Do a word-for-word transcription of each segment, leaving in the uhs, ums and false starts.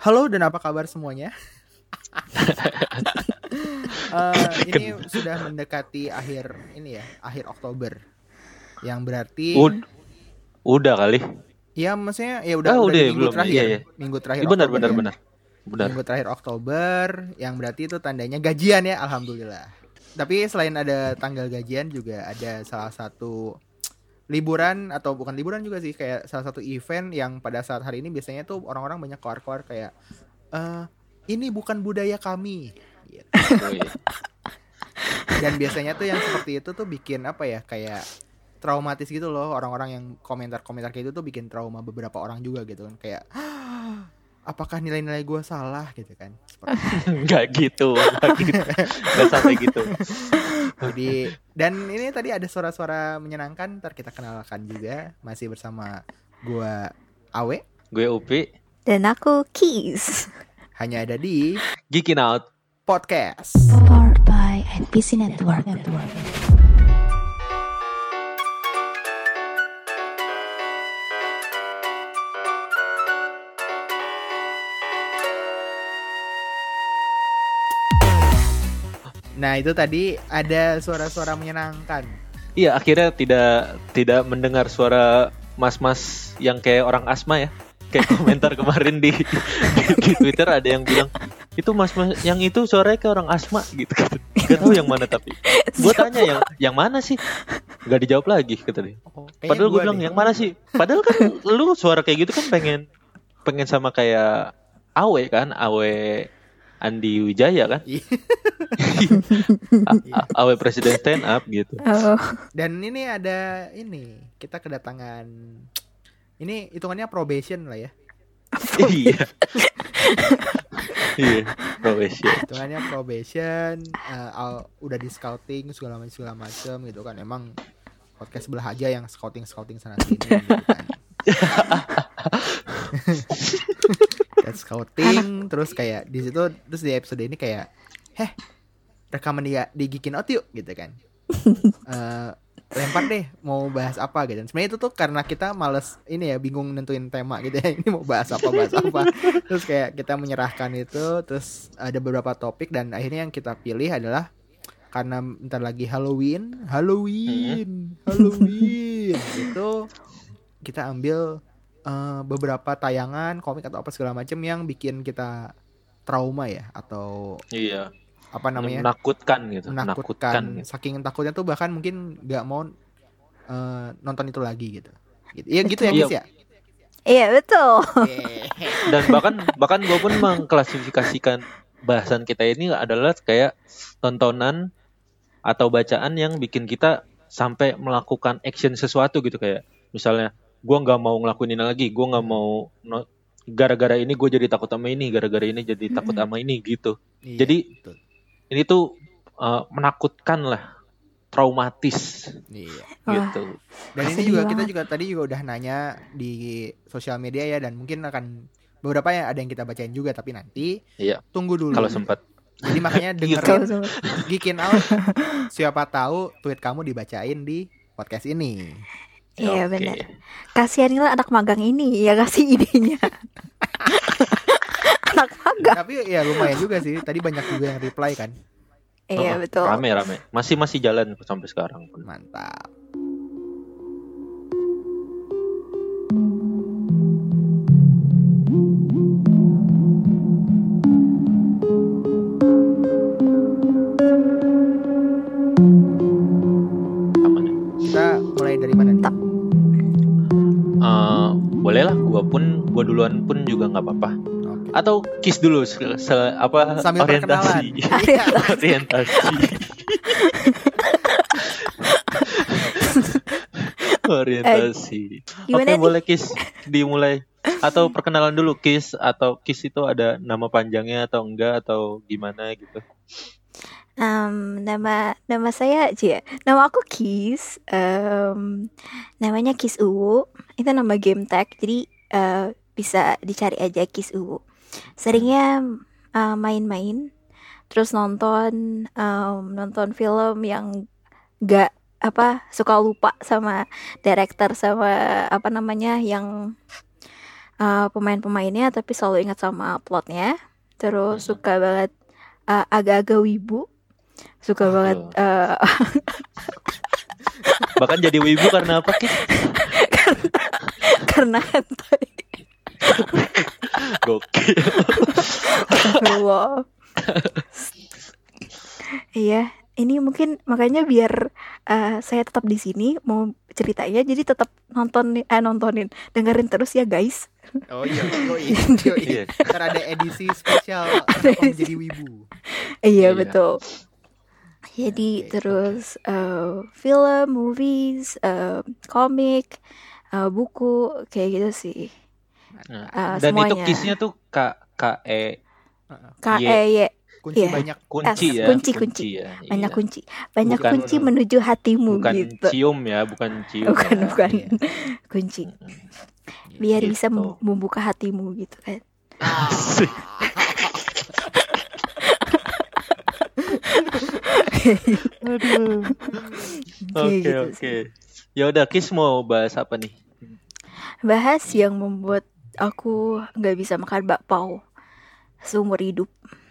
Halo dan apa kabar semuanya? uh, ini sudah mendekati akhir ini ya, akhir Oktober. Yang berarti Ud- udah kali. ya maksudnya ya udah Oh, udah udah di ya, minggu belum. terakhir. Iya, iya. Minggu terakhir Benar, Oktober. benar, ya. benar. Benar. Minggu terakhir Oktober yang berarti itu tandanya gajian ya, alhamdulillah. Tapi selain ada tanggal gajian juga ada salah satu liburan atau bukan liburan juga sih, kayak salah satu event yang pada saat hari ini biasanya tuh orang-orang banyak keluar-keluar kayak eh ini bukan budaya kami gitu. Dan biasanya tuh yang seperti itu tuh bikin apa ya, kayak traumatis gitu loh. Orang-orang yang komentar-komentar kayak itu tuh bikin trauma beberapa orang juga gitu kan. Kayak apakah nilai-nilai gue salah gitu kan. Enggak gitu, enggak gitu. Enggak sampai gitu. Jadi, dan ini tadi ada suara-suara menyenangkan. Ntar kita kenalkan juga. Masih bersama gue Awe, Gue Upi, dan aku Keys. hanya ada di Geekin Out Podcast. Powered by N P C Network. Network. Nah itu tadi ada suara-suara menyenangkan. Iya, akhirnya tidak tidak mendengar suara mas-mas yang kayak orang asma ya. Kayak komentar kemarin di, di, di Twitter ada yang bilang itu mas-mas yang itu suaranya kayak orang asma gitu. Gak tahu yang mana, tapi gue tanya yang yang mana sih, nggak dijawab lagi kata dia. Oh, Padahal gue bilang deh, yang mana sih? Padahal kan lu suara kayak gitu kan pengen pengen sama kayak Awe kan, Awe Andi Wijaya kan. A- Awe presiden stand up gitu. Oh. Dan ini ada ini, kita kedatangan, ini hitungannya probation lah ya. Iya. Iya, probation. Hitungannya probation, uh, al- udah di scouting segala macam segala macam gitu kan. Emang podcast sebelah aja yang scouting scouting sana sini gitu kan. Dan scouting terus kayak di situ, terus di episode ini kayak heh rekaman dia di Geekin Out yuk gitu kan. Uh, lempar deh mau bahas apa gitu. Dan sebenarnya itu tuh karena kita males ini ya, bingung nentuin tema gitu ya. Ini mau bahas apa bahas apa. Terus kayak kita menyerahkan itu, terus ada beberapa topik dan akhirnya yang kita pilih adalah karena bentar lagi Halloween, Halloween, Halloween. Itu kita ambil uh, beberapa tayangan komik atau apa segala macam yang bikin kita trauma ya, atau Iya. apa namanya, menakutkan gitu, menakutkan, menakutkan gitu. Saking takutnya tuh bahkan mungkin nggak mau uh, nonton itu lagi gitu. Gitu. Iya gitu ya Iya. guys ya. Iya betul. Dan bahkan bahkan gue pun mengklasifikasikan bahasan kita ini adalah kayak tontonan atau bacaan yang bikin kita sampai melakukan action sesuatu gitu. Kayak misalnya gue nggak mau ngelakuin ini lagi, gue nggak mau no, gara-gara ini gue jadi takut sama ini, gara-gara ini jadi takut sama ini gitu. Iya, Jadi betul. ini tuh uh, menakutkan lah, traumatis Iya. gitu. Dan ini Sedih juga banget. kita juga tadi juga udah nanya di sosial media ya, dan mungkin akan beberapa yang ada yang kita bacain juga, tapi nanti Iya. tunggu dulu. Kalau sempat. Jadi makanya dengerin Geekin Out, siapa tahu tweet kamu dibacain di podcast ini. Iya Oke. benar. Kasianilah anak magang ini ya kasih idenya. Anak magang. Tapi ya lumayan juga sih. Tadi banyak juga yang reply kan. Iya Oh, betul. Rame-rame. Masih masih jalan sampai sekarang pun. Mantap. Aman ya? Kita mulai dari mana nih? Uh, boleh lah, gua pun gua duluan pun juga nggak apa-apa. Oke. Atau kiss dulu se, se- apa Sambil orientasi. orientasi. orientasi. Gimana Oke, nih? boleh Kiss dimulai. Atau perkenalan dulu Kiss, atau Kiss itu ada nama panjangnya atau enggak atau gimana gitu. Um, nama nama saya aja. Nama aku Kis. Um, namanya Kis Uwu. Itu nama game tag. Jadi uh, bisa dicari aja Kis Uwu. Seringnya uh, main-main, terus nonton um, nonton film yang gak apa suka lupa sama director sama apa namanya yang uh, pemain-pemainnya tapi selalu ingat sama plotnya. Terus Mhm. suka banget uh, agak-agak wibu, suka Aduh. banget uh, Bahkan jadi wibu karena apa, Kis? karena hentai. Gokil. Astagfirullah. Iya, ini mungkin makanya biar uh, saya tetap di sini mau ceritanya, jadi tetap nonton eh nontonin, dengerin terus ya guys. Oh iya, yoi, yoi. Iya. Ntar ada edisi spesial kenapa menjadi wibu. Iya Iya. betul. Jadi Oke, terus uh, film, movies, uh, komik, uh, buku kayak gitu sih. Nah, Uh, dan itu semuanya. kisnya tuh K K E K E Y Kunci Iya. banyak. kunci S, ya. kunci, kunci. ya. banyak Iya. kunci, banyak Bukan- kunci menuju hatimu Bukan gitu. cium ya, bukan cium. Bukan ya. bukan Iya. kunci. Mm-mm. Biar Gitu. bisa mem- membuka hatimu gitu kan. Asik. Aduh. Kayak Oke gitu oke. sih. Ya udah, Kis mau bahas apa nih? Bahas yang membuat aku nggak bisa makan bakpao seumur hidup.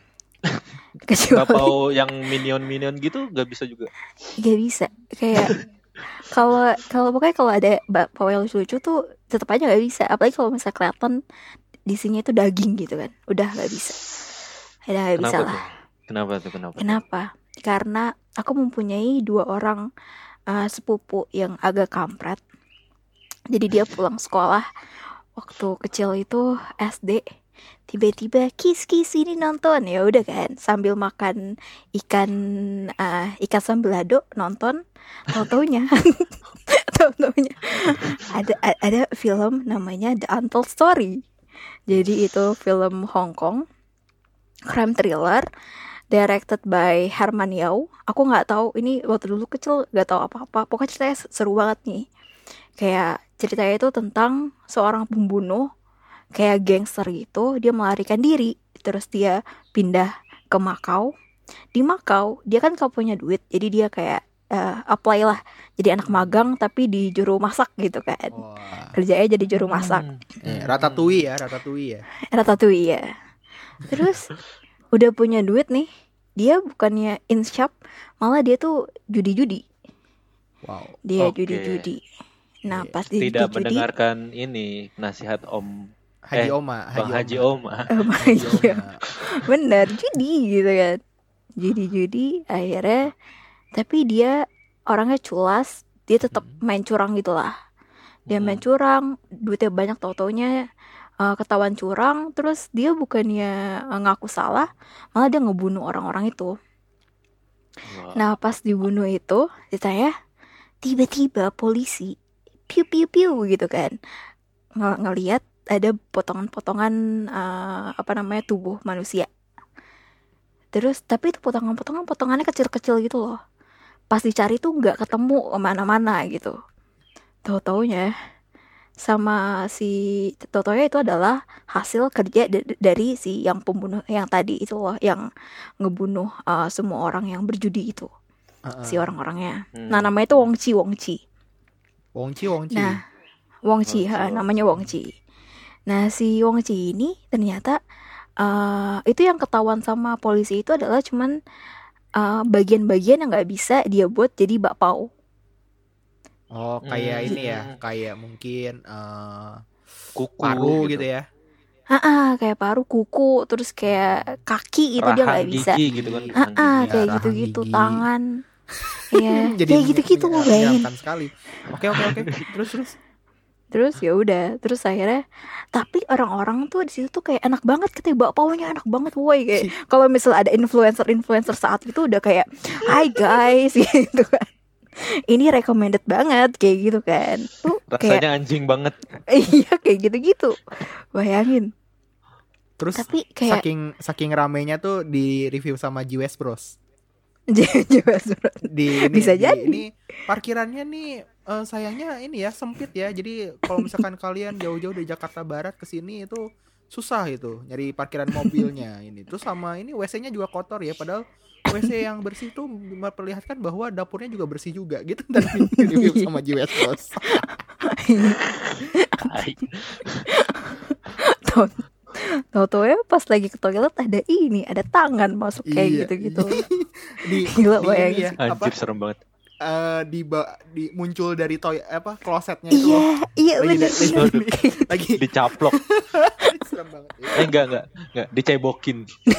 Kecuali Bakpao yang minion-minion gitu gak bisa juga. nggak bisa. Kayak kalau kalau pokoknya kalau ada bakpao yang lucu-lucu tuh tetap aja nggak bisa. Apalagi kalau misalnya kelihatan di sini itu daging gitu kan, udah nggak bisa. Udah nggak bisa Kenapa lah. tuh? Kenapa tuh? Kenapa? Kenapa? Karena aku mempunyai dua orang uh, sepupu yang agak kampret. Jadi dia pulang sekolah waktu kecil itu S D, tiba-tiba kis kis ini nonton, ya udah kan sambil makan ikan uh, ikan sambelado nonton, tau-taunya tau-taunya ada ada film namanya The Untold Story. Jadi itu film Hong Kong, crime thriller, directed by Herman Yau. Aku nggak tahu ini waktu dulu kecil nggak tahu apa-apa. Pokoknya ceritanya seru banget nih. Kayak ceritanya itu tentang seorang pembunuh, kayak gangster gitu. Dia melarikan diri, terus dia pindah ke Macau. Di Macau dia kan kalau punya duit, jadi dia kayak uh, apply lah jadi anak magang tapi di juru masak gitu kan. Wah. Kerjanya jadi juru masak. Hmm. Eh, ratatouille ya, ratatouille ya. Ratatouille ya. Terus udah punya duit nih, dia bukannya in shop, malah dia tuh judi-judi. Wow. Dia Oke. judi-judi. Nah, Iya. pas di Tidak judi, mendengarkan ini nasihat Om Haji Eh, Oma, Bang Haji Oma. Om. oh my Haji God. Oma. Bener, judi gitu kan. Judi-judi akhirnya, tapi dia orangnya culas, dia tetap Hmm. main curang gitulah. Dia main Hmm. curang, duitnya banyak, tau-taunya uh, ketahuan curang, terus dia bukannya uh, ngaku salah, malah dia ngebunuh orang-orang itu. Wah. Nah pas dibunuh itu ditanya, tiba-tiba polisi piu piu piu gitu kan Ng- ngelihat ada potongan-potongan uh, apa namanya tubuh manusia. Terus tapi itu potongan-potongan potongannya kecil-kecil gitu loh. Pas dicari tuh nggak ketemu kemana-mana gitu. Tahu-taunya sama si tahu-taunya itu adalah hasil kerja d- dari si yang pembunuh yang tadi itu loh, yang ngebunuh uh, semua orang yang berjudi itu. Heeh. Si orang-orangnya. Hmm. Nah, namanya itu Wong Chi, Wong Chi. Wong Chi, Wong Chi. Nah, Wong Chi, Wong Chi, ha, Wong namanya Chi. Wong Chi. Nah, si Wong Chi ini ternyata uh, itu yang ketahuan sama polisi itu adalah cuman uh, bagian-bagian yang nggak bisa dia buat jadi bakpao. Oh, kayak Hmm. ini ya, kayak mungkin eh, Kuku paru gitu ya. Ah, kayak paru, kuku, terus kayak kaki itu dia nggak Rahang bisa. gigi gitu kan. Gigi. rahang Ah, gigi. kayak rahang gitu-gitu, gigi. tangan. Iya, Jadi kayak gitu-gitu menye- bayangin. menyeramkan sekali. Oke, oke, oke. Terus, terus. Terus ya udah, terus akhirnya tapi orang-orang tuh di situ tuh kayak enak banget, katanya bakpaonya enak banget woi, kayak kalau misal ada influencer-influencer saat itu udah kayak hi guys gitu kan. Ini recommended banget kayak gitu kan. Tuh kayak Rasanya anjing banget. iya kayak gitu-gitu. Bayangin. Terus Tapi kayak saking saking ramenya tuh di review sama G W S Bros. coba surat. Di ini, Bisa di- jadi. ini parkirannya nih eh, sayangnya ini ya sempit ya. Jadi kalau misalkan kalian jauh-jauh dari Jakarta Barat ke sini itu susah itu nyari parkiran mobilnya ini. Terus sama ini W C-nya juga kotor ya, padahal W C yang bersih tuh memperlihatkan bahwa dapurnya juga bersih juga gitu dan di review sama G W S Bros. Tai. Tahu tahu ya pas lagi ke toilet ada ini, ada tangan masuk kayak Iya. gitu-gitu. di Gila di bayangin ini ya, sih. apa Anjir serem banget. eh, di, ba- di muncul dari toy apa klosetnya itu Iya, loh. iya Lagi bener. da- lagi Iya. lagi, lagi Dicaplok. serem banget. Eh enggak enggak enggak dicebokin.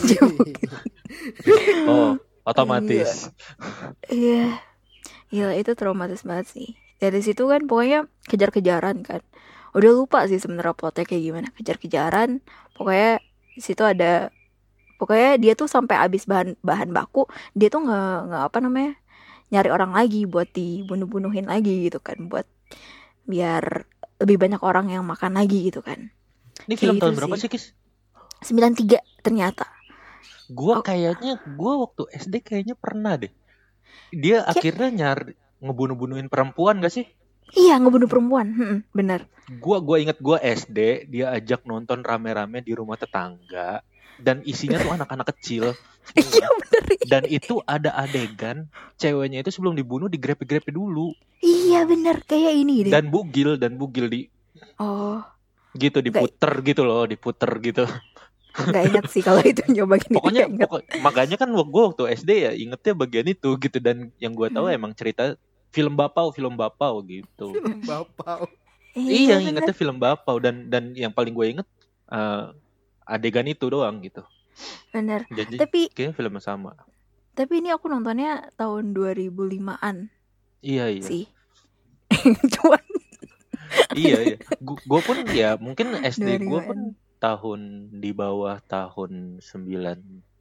Oh, otomatis. Iya. Gila itu traumatis banget sih. Dari situ kan pokoknya kejar-kejaran kan. Udah lupa sih sebenarnya plotnya kayak gimana. Kejar-kejaran. Pokoknya di situ ada pokoknya dia tuh sampai habis bahan bahan baku, dia tuh nggak nggak apa namanya? Nyari orang lagi buat dibunuh-bunuhin lagi gitu kan, buat biar lebih banyak orang yang makan lagi gitu kan. Ini Kayak film gitu tahun berapa sih. sih, Kis? sembilan tiga ternyata. Gua Oh. kayaknya gua waktu S D kayaknya pernah deh. Dia Kayak- akhirnya nyari ngebunuh-bunuhin perempuan gak sih? Iya, ngebunuh perempuan. Mm-mm, bener. Gua gua inget gua S D dia ajak nonton rame-rame di rumah tetangga dan isinya tuh anak-anak kecil Iya semua. bener. Dan itu ada adegan ceweknya itu sebelum dibunuh digrepe-grepe dulu Iya bener kayak ini deh. dan bugil dan bugil di Oh, gitu diputer gitu loh, diputer gitu. nggak ingat sih kalau itu nyobain itu Pokoknya nggak ingat. pokok, makanya kan gue waktu S D ya ingetnya bagian itu gitu dan yang gue tahu Hmm. emang cerita film Bapau, film Bapau gitu. Bapau. Iya, bener. ingetnya film Bapau dan dan yang paling gue inget eh, adegan itu doang gitu. Bener. Jadi Tapi kayaknya film yang sama. tapi ini aku nontonnya tahun dua ribu limaan Iya iya. sih. Cuman Iya iya. Gue pun ya mungkin S D gue dua ribuan. pun tahun di bawah tahun sembilan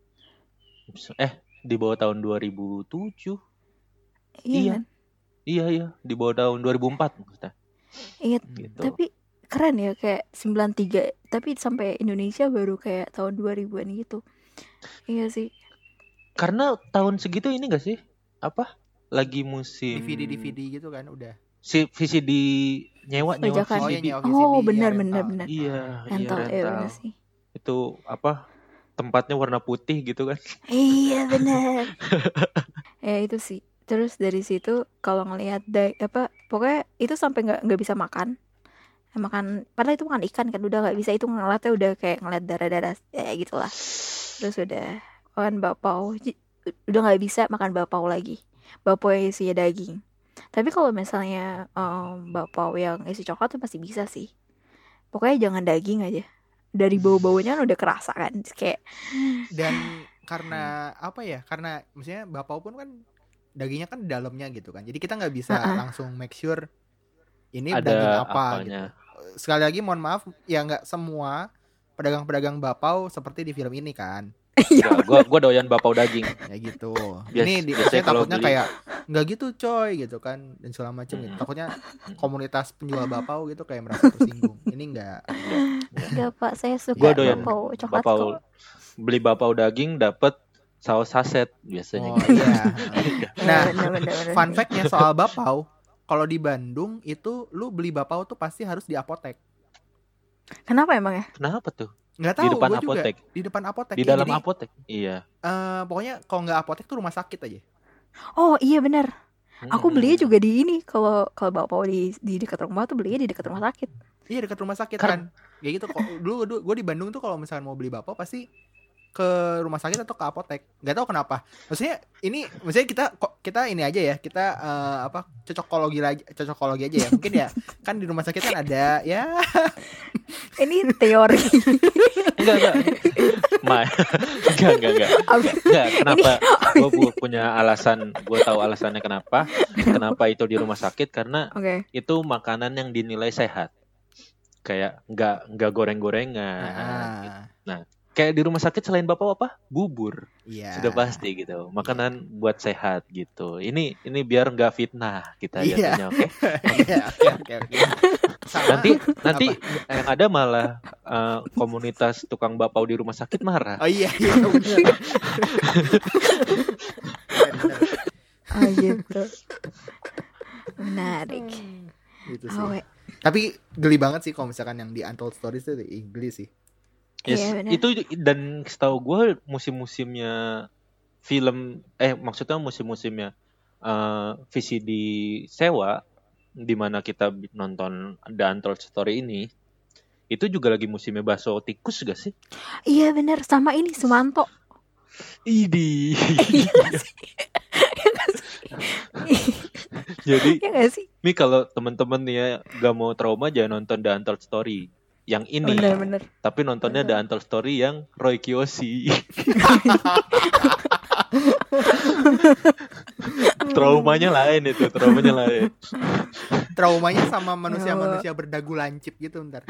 eh di bawah tahun dua ribu tujuh. Iya, Iya. kan? Iya iya, di bawah tahun dua ribu empat maksudnya. Ingat. Gitu. Tapi keren ya kayak sembilan tiga tapi sampai Indonesia baru kayak tahun dua ribuan gitu. Iya sih. Karena tahun segitu ini gak sih? Apa? Lagi musim D V D D V D gitu kan udah. si V C D nyewa nyewa Bajakan. Oh V C iya D. nyewa V C D. Oh, iya, benar rental. benar benar. Iya, Rental iya ya rental. benar sih. Itu apa? Tempatnya warna putih gitu kan. Iya benar. Ya itu sih. Terus dari situ kalau ngelihat da- apa pokoknya itu sampai nggak nggak bisa makan. Makan padahal itu makan ikan kan udah nggak bisa, itu ngeliatnya udah kayak ngeliat darah-darah ya gitulah. Terus udah makan bapau J- udah nggak bisa makan bapau lagi. Bapau yang isinya daging. Tapi kalau misalnya em, bapau yang isi coklat tuh pasti bisa sih. Pokoknya jangan daging aja. Dari bau-baunya kan udah kerasa kan. Kayak Dan karena apa ya? Karena maksudnya bapau pun kan dagingnya kan di dalamnya gitu kan. Jadi kita nggak bisa Uh-uh. langsung make sure ini Ada daging apa apanya. gitu. Sekali lagi mohon maaf ya nggak semua pedagang-pedagang bapau seperti di film ini kan. Ya, gua gua doyan bapau daging. Ya gitu. Bias- ini di, biasanya saya kalau takutnya beli- kayak nggak gitu coy gitu kan dan segala macam gitu. Mm. Takutnya komunitas penjual bapau gitu kayak merasa tersinggung. Ini enggak. enggak Pak, saya suka Gua doyan bapau coklat Bapau kok. beli bapau daging dapat saus saset biasanya. Oh iya. Nah, Ya, bener, bener, bener. Fun fact-nya soal bapau, kalau di Bandung itu lu beli bapau tuh pasti harus di apotek. Kenapa emang ya? Kenapa tuh? Nggak tahu Di depan gua juga. apotek. Di depan apotek. Di ya. dalam Jadi, apotek. Iya. eh, pokoknya kalau nggak apotek tuh rumah sakit aja. Oh iya benar. Aku Mm-mm. belinya juga di ini. Kalau kalau bapau di di dekat rumah tuh belinya di dekat rumah sakit. Iya dekat rumah sakit Kar- kan. Kayak gitu kok. Dulu, dulu gue di Bandung tuh kalau misalkan mau beli bapau pasti ke rumah sakit atau ke apotek. Gak tahu kenapa. Maksudnya ini maksudnya kita kok kita ini aja ya. Kita eh, apa cocokologi lagi cocokologi aja ya. Mungkin ya kan di rumah sakit kan ada ya. Ini teori. Enggak, enggak. Ma, enggak, enggak, enggak. Enggak, kenapa gue punya alasan, gue tahu alasannya kenapa. Kenapa itu di rumah sakit, karena Oke. itu makanan yang dinilai sehat. Kayak enggak enggak goreng-gorengan. Ah, Kayak di rumah sakit selain bapau apa? Bubur. iya. Sudah pasti gitu. Makanan buat sehat gitu. Ini ini biar enggak fitnah kita Iya. jatuhnya, oke? Iya, oke oke oke. Sama Nanti nanti yang ada malah eh, komunitas tukang bapau di rumah sakit marah. Oh iya iya bener. Bener, Oh gitu. Menarik. bener. Gitu sih. Awe. Tapi geli banget sih kalau misalkan yang di Untold Stories itu geli sih. Yes, Iya, benar. itu dan setahu gue musim-musimnya film eh maksudnya musim-musimnya eh, V C D sewa di mana kita nonton The Untold Story ini itu juga lagi musimnya bakso tikus gak sih? Iya bener, sama ini Sumanto. Idi. Iya nggak sih? Iya nggak sih? Jadi Iya nggak sih? nih kalau teman-teman nih ya gak mau trauma jangan nonton The Untold Story yang ini, Bener-bener. tapi nontonnya The Untold Story yang Roy Kiyoshi. Traumanya lain itu, traumanya lain. Traumanya sama manusia-manusia berdagu lancip gitu ntar.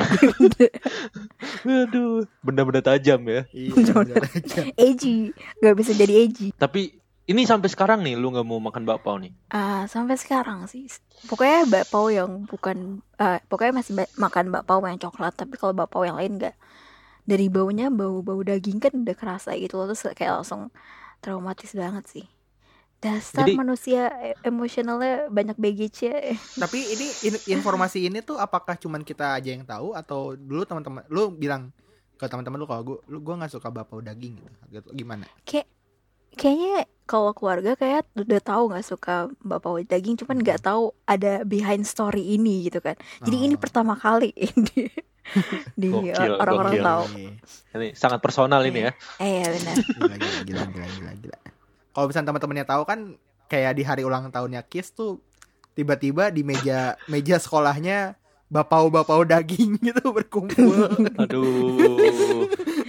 Aduh, benda-benda tajam ya. Iya, bener aja. Edgy, nggak bisa jadi edgy. Tapi ini sampai sekarang nih lu nggak mau makan bakpao nih? Ah, sampai sekarang sih. Pokoknya bakpao yang bukan, ah, pokoknya masih ba- makan bakpao yang coklat. Tapi kalau bakpao yang lain nggak. Dari baunya, bau-bau daging kan udah kerasa gitu loh. Terus kayak langsung traumatis banget sih. Dasar Jadi- manusia e- emosionalnya banyak B G C. Tapi ini in- informasi ini tuh apakah cuman kita aja yang tahu atau dulu teman-teman lu bilang ke teman-teman lu kalau gua lu gua nggak suka bakpao daging gitu. Gitu, gimana? Kayak kayaknya kalau keluarga kayak udah tahu nggak suka bakpao daging, cuman nggak tahu ada behind story ini gitu kan. Jadi ini Oh. pertama kali di di Gokil, orang-orang gokil. tahu. Iya. Ini sangat personal ini ya. Eh ya benar. Gila, gila, gila, gila, gila, gila. Kalau misalnya teman-temannya tahu kan kayak di hari ulang tahunnya Kiss tuh tiba-tiba di meja meja sekolahnya bapau-bapau daging gitu berkumpul. Aduh.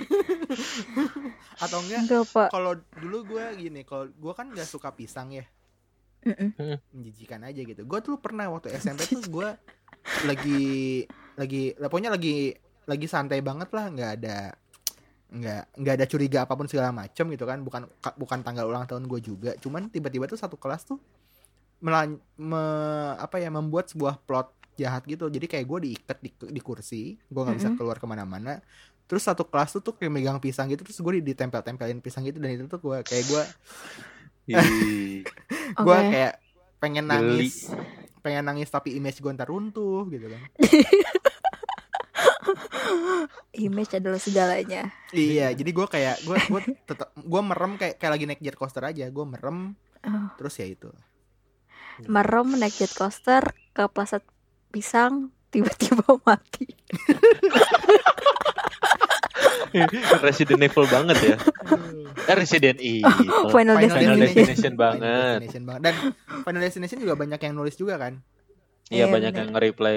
Atau enggak Enggak pak. kalau dulu gue gini, kalau gue kan nggak suka pisang ya, Mm-mm. menjijikan aja gitu. Gue tuh pernah waktu S M P tuh gue lagi lagi lah, pokoknya lagi lagi santai banget lah, nggak ada nggak nggak ada curiga apapun segala macam gitu kan, bukan ka- bukan tanggal ulang tahun gue juga, cuman tiba-tiba tuh satu kelas tuh melan, me- apa ya membuat sebuah plot jahat gitu. Jadi kayak gue diikat di, di kursi, gue nggak bisa Mm-mm. keluar kemana-mana. Terus satu kelas tuh tuh kayak megang pisang gitu, terus gue ditempel-tempelin pisang gitu, dan itu tuh gue kayak gue Ih. gue Oke. kayak pengen Geli. nangis pengen nangis tapi image gue ntar runtuh gitu kan. Image adalah segalanya. Iya, jadi gue kayak gue gue tetap gue merem kayak kayak lagi naik jet coaster aja, gue merem Oh. terus ya itu. Merem naik jet coaster ke Plaza Pisang, tiba-tiba mati. Resident Evil banget ya. Eh, Resident Evil. Final Final Final Destination. Destination Final banget. Destination banget. Dan Final Destination juga banyak yang nulis juga kan. Iya, Iya, banyak bener. yang nge-replay.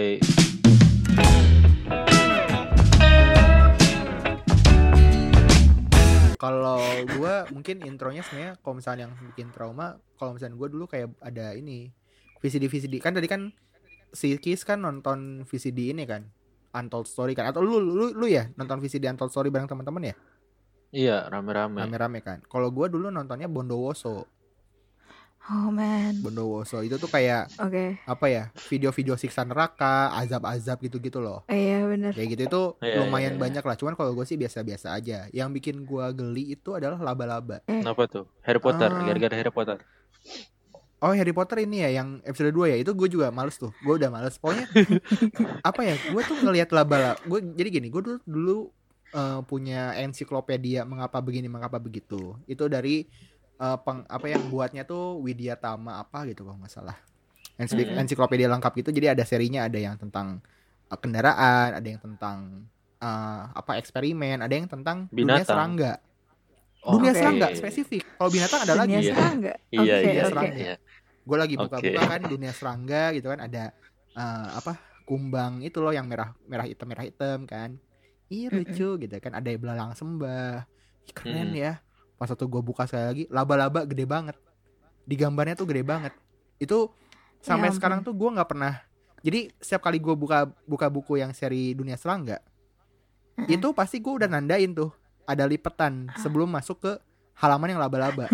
Kalau gue mungkin intronya sebenarnya kalau misalnya yang bikin trauma, kalau misalnya gue dulu kayak ada ini V C D V C D kan, tadi kan si Kis kan nonton V C D ini kan, Untold Story kan, atau lu lu lu ya nonton V C D Untold Story bareng teman-teman ya, Iya, rame-rame. rame-rame kan. Kalau gue dulu nontonnya Bondowoso. Oh man. Bondowoso itu tuh kayak Oke. apa ya, video-video siksa neraka, azab-azab gitu-gitu loh. Eh, iya benar. Kayak gitu itu Iya, lumayan iya, iya. banyak lah. Cuman kalau gue sih biasa-biasa aja. Yang bikin gue geli itu adalah laba-laba. Kenapa tuh? Harry Potter, Ah. gara-gara Harry Potter. Oh, Harry Potter ini ya yang episode dua ya. Itu gue juga males tuh. Gue udah males. Pokoknya apa ya? Gue tuh ngelihat laba-laba. Gue jadi gini. Gue dulu dulu eh, punya ensiklopedia mengapa begini mengapa begitu. Itu dari eh, peng, apa yang buatnya tuh Widya Tama apa gitu kalau nggak salah. Ensik- Hmm. Ensiklopedia lengkap gitu. Jadi ada serinya, ada yang tentang eh, kendaraan, ada yang tentang eh, apa eksperimen, ada yang tentang dunia Binatang. serangga. Oh, Dunia oke. serangga spesifik. Kalau binatang ada lagi. Dunia Iya. serangga. Iya, Oke, iya, Dunia oke. serangga. iya. Gue lagi buka-buka Oke. kan dunia serangga gitu kan, ada eh, apa kumbang itu loh yang merah merah hitam merah hitam kan. Ih lucu gitu kan, ada belalang sembah. Ih, keren Mm. ya. Pas waktu gue buka sekali lagi, laba-laba gede banget. Di gambarnya tuh gede banget. Itu sampai Ya ampun. sekarang tuh gue nggak pernah. Jadi setiap kali gue buka buka buku yang seri dunia serangga, Mm-mm. itu pasti gue udah nandain tuh ada lipetan sebelum masuk ke halaman yang laba-laba.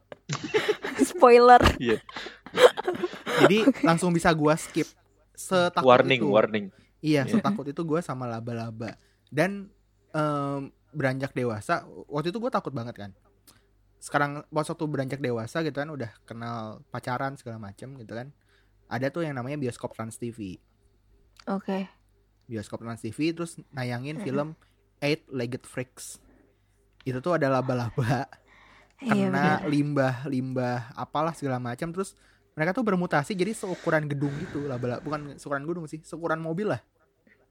Spoiler. Jadi langsung bisa gue skip. Setakut Warning, itu. warning. Iya, Iya. setakut itu gue sama laba-laba. Dan em, beranjak dewasa, waktu itu gue takut banget kan. Sekarang pas waktu beranjak dewasa gitu kan, udah kenal pacaran segala macem gitu kan. Ada tuh yang namanya bioskop Trans T V. Oke. Bioskop Trans T V terus nayangin Mm-mm. film Eight-Legged Freaks. Itu tuh ada laba-laba Iya kena benar. limbah-limbah apalah segala macam, terus mereka tuh bermutasi jadi seukuran gedung gitu, laba-laba bukan seukuran gedung sih, seukuran mobil lah.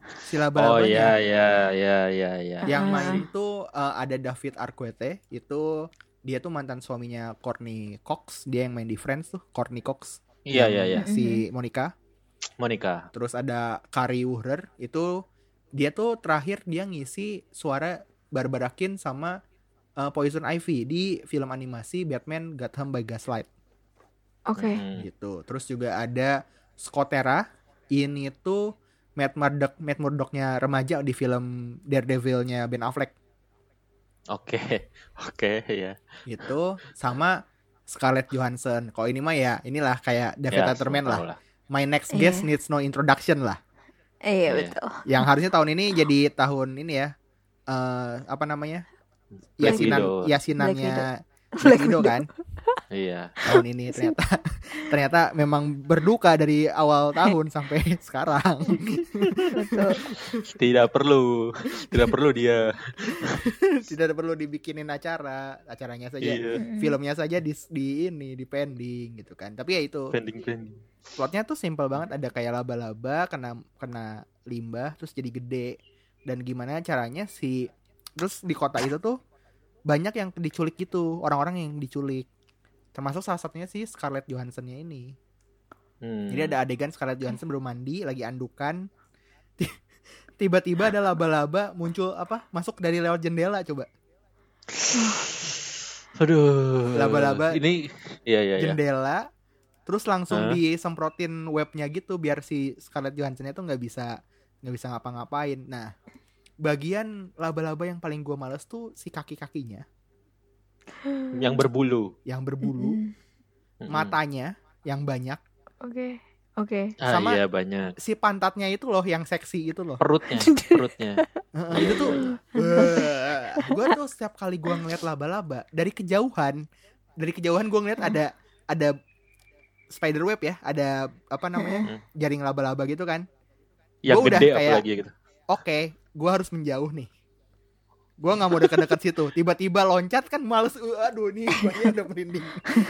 Si Oh laba-labanya. iya iya iya iya iya. Yang Ah. main tuh uh, ada David Arquette, itu dia tuh mantan suaminya Courtney Cox, dia yang main di Friends tuh, Courtney Cox. Iya yang iya iya. Si Monica. Monica. Terus ada Kari Wuhrer, itu dia tuh terakhir dia ngisi suara Barbara Kean sama uh, Poison Ivy di film animasi Batman Gotham by Gaslight. Oke. Hmm. Gitu. Terus juga ada Scott Terra, ini tuh Matt Murdock, Matt Murdocknya remaja di film Daredevil-nya Ben Affleck. Oke oke ya. Gitu. Sama Scarlett Johansson. Kalau ini mah ya inilah kayak David Ya, Letterman semua lah. tahu lah. My next Iya. guest needs no introduction lah. Iya Iya. betul. Yang harusnya tahun ini jadi tahun ini ya. eh apa namanya? Black Yasinan, Widow. yasinannya Black Black Widow kan. Iya. Tahun ini ternyata ternyata memang berduka dari awal tahun sampai sekarang. Betul. Tidak perlu tidak perlu dia. Tidak perlu dibikinin acara, acaranya saja. Iya. Filmnya saja di, di ini di pending gitu kan. Tapi ya itu Pending pending. plotnya tuh simple banget, ada kayak laba-laba kena kena limbah terus jadi gede, dan gimana caranya si terus di kota itu tuh banyak yang diculik gitu, orang-orang yang diculik, termasuk salah satunya si Scarlett Johansson-nya ini. Hmm. Jadi ada adegan Scarlett Johansson baru mandi lagi andukan, Ti- tiba-tiba ada laba-laba muncul apa masuk dari lewat jendela, coba Aduh. Laba-laba. Ini iya iya iya. jendela terus langsung Hah? disemprotin webnya gitu biar si Scarlett Johansson itu nggak bisa nggak bisa ngapa-ngapain. Nah, bagian laba-laba yang paling gue males tuh si kaki-kakinya Yang berbulu. yang berbulu, Mm-mm. Mm-mm. matanya yang banyak, Oke. Oke. Ah sama- iya banyak. si pantatnya itu loh yang seksi itu loh. Perutnya, perutnya. Heeh, itu tuh gue tuh setiap kali gue ngeliat laba-laba dari kejauhan, dari kejauhan gue ngeliat ada ada spider web ya, ada apa namanya jaring laba-laba gitu kan. Yang Gua udah gede kayak- apalagi gitu. Oke, gue harus menjauh nih. Gue nggak mau dekat-dekat situ. Tiba-tiba loncat kan males. Uh, aduh nih, guanya udah merinding.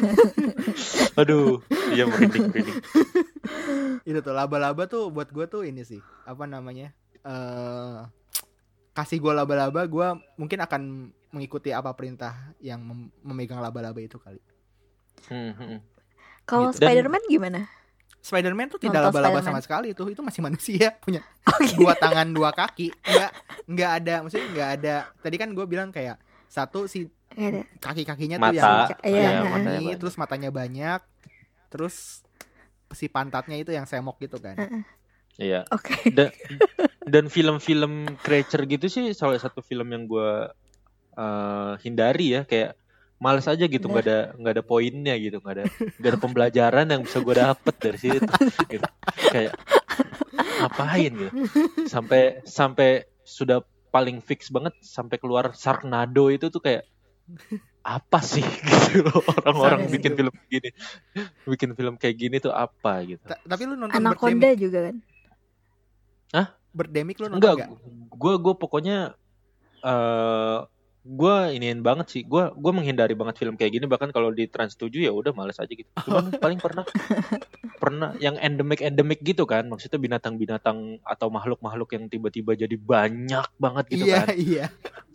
Aduh, iya merinding merinding. Itu tuh laba-laba tuh buat gue tuh ini sih. Apa namanya? Eh kasih gue laba-laba, gue mungkin akan mengikuti apa perintah yang mem- memegang laba-laba itu kali. Hmm, hmm. Kalau Gitu. Dan- Spider-Man gimana? Spider-Man tuh tidak Nonton laba-laba Spider-Man. sama sekali tuh. Itu masih manusia, punya Oke. dua tangan dua kaki. Nggak nggak ada, maksudnya nggak ada. Tadi kan gue bilang kayak satu si Nggak ada. kaki-kakinya tuh Mata, yang Iya, yang nah. matanya ini, banyak. terus matanya banyak, terus si pantatnya itu yang semok gitu kan. Iya. Oke. Dan dan film-film creature gitu sih salah satu film yang gue uh, hindari ya, kayak males aja gitu, nggak ada nggak ada poinnya gitu, nggak ada nggak ada pembelajaran yang bisa gue dapet dari situ gitu. Kayak ngapain gitu, sampai sampai sudah paling fix banget sampai keluar Sharknado itu tuh kayak apa sih gitu loh, orang-orang Sama bikin sih. film gini bikin film kayak gini tuh apa gitu. Ta- Tapi lu nonton Anaconda Birdemic, juga kan. Birdemic lu nonton Enggak, nggak? gue gue pokoknya eh gue iniin banget sih, gue gue menghindari banget film kayak gini, bahkan kalau di Trans tujuh ya udah males aja gitu. Cuman paling pernah pernah yang endemik endemik gitu kan, maksudnya binatang-binatang atau makhluk-makhluk yang tiba-tiba jadi banyak banget gitu Iya kan. iya.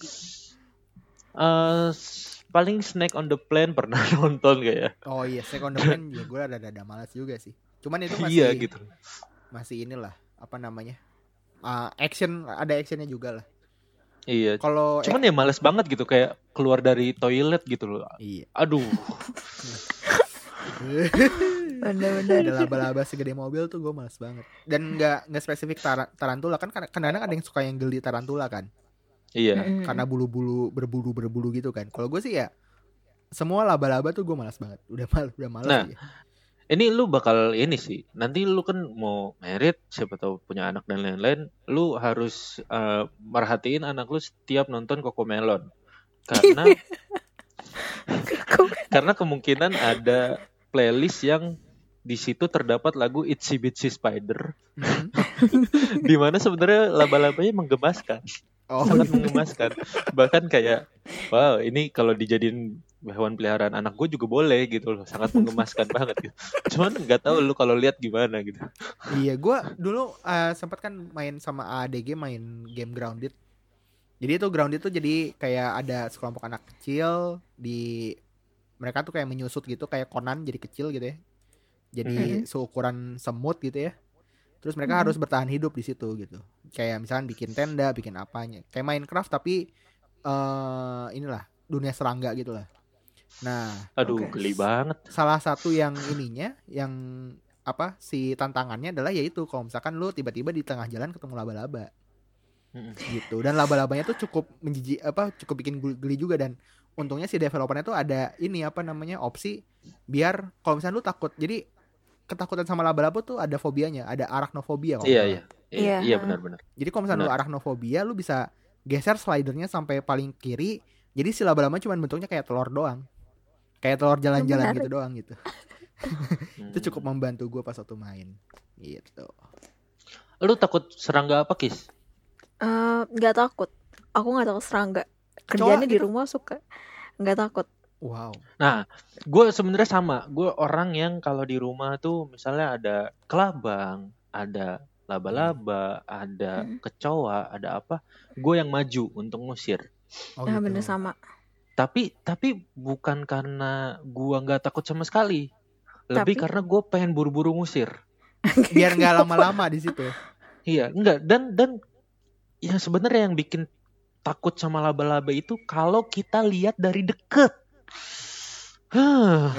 Eh, s- paling Snake on the Plane pernah nonton kayak. Oh iya, Second Man ya gue ada ada malas juga sih. Cuman itu masih Iya gitu. masih inilah apa namanya? Ah, action, ada actionnya juga lah. Iya. Kalau Cuman ya males banget gitu, kayak keluar dari toilet gitu loh. iya. Aduh. Bener-bener. Ada laba-laba segede mobil tuh gue males banget. Dan nggak nggak spesifik tar- tarantula kan, kadang-kadang ada yang suka yang geli tarantula kan, Iya. Mm-mm. karena bulu-bulu berbulu berbulu gitu kan. Kalau gue sih ya semua laba-laba tuh gue malas banget. Udah mal udah malas Nah. ya. Ini lu bakal ini sih, nanti lu kan mau merit, siapa tahu punya anak dan lain-lain, lu harus eh, merhatiin anak lu setiap nonton Cocomelon. Karena karena kemungkinan ada playlist yang di situ terdapat lagu Itsy Bitsy Spider, Mhm. di mana sebenarnya laba-labanya menggemaskan, Oh sangat menggemaskan. Bahkan kayak, wow, ini kalau dijadiin hewan peliharaan anak gue juga boleh gitu loh, sangat menggemaskan banget gitu. Cuman nggak tahu lu kalau lihat gimana gitu. Iya, gue dulu uh, sempat kan main sama A D G, main game Grounded. Jadi itu Grounded tuh jadi kayak ada sekelompok anak kecil di, mereka tuh kayak menyusut gitu, kayak Conan jadi kecil gitu ya. Jadi Mm-hmm. seukuran semut gitu ya. Terus mereka Mhm. harus bertahan hidup di situ gitu. Kayak misalkan bikin tenda, bikin apanya. Kayak Minecraft tapi uh, inilah dunia serangga gitu lah. Nah, Aduh, Oke. geli banget. salah satu yang ininya, yang apa si tantangannya adalah yaitu kalau misalkan lu tiba-tiba di tengah jalan ketemu laba-laba Mm-mm. gitu, dan laba-labanya tuh cukup menjijik, apa cukup bikin geli juga. Dan untungnya si developernya tuh ada ini apa namanya opsi biar kalau misalnya lu takut, jadi ketakutan sama laba-laba tuh ada fobianya, ada arachnofobia kalau Iya, nggak iya. salah. Iya, Iya. iya benar-benar. Jadi kalau misalnya lu Benar. arachnofobia, lu bisa geser slidernya sampai paling kiri, jadi si laba-laba cuma bentuknya kayak telur doang, kayak telur jalan-jalan Menarik. gitu doang gitu. Hmm. Itu cukup membantu gue pas waktu main gitu. Lu takut serangga apa, Kis? Eh, nggak takut. Aku nggak takut serangga. Kerjanya di gitu? rumah suka. Nggak takut. Wow. Nah, gue sebenarnya sama. Gue orang yang kalau di rumah tuh misalnya ada kelabang, ada laba-laba, ada Hmm. kecoa, ada apa, gue yang maju untuk ngusir. Oh, Nah, gitu. bener sama. Tapi tapi bukan karena gue nggak takut sama sekali. Lebih Tapi- karena gue pengen buru-buru ngusir. Biar nggak lama-lama di situ. Iya, enggak. Dan dan yang sebenarnya yang bikin takut sama laba-laba itu kalau kita lihat dari deket. Hah.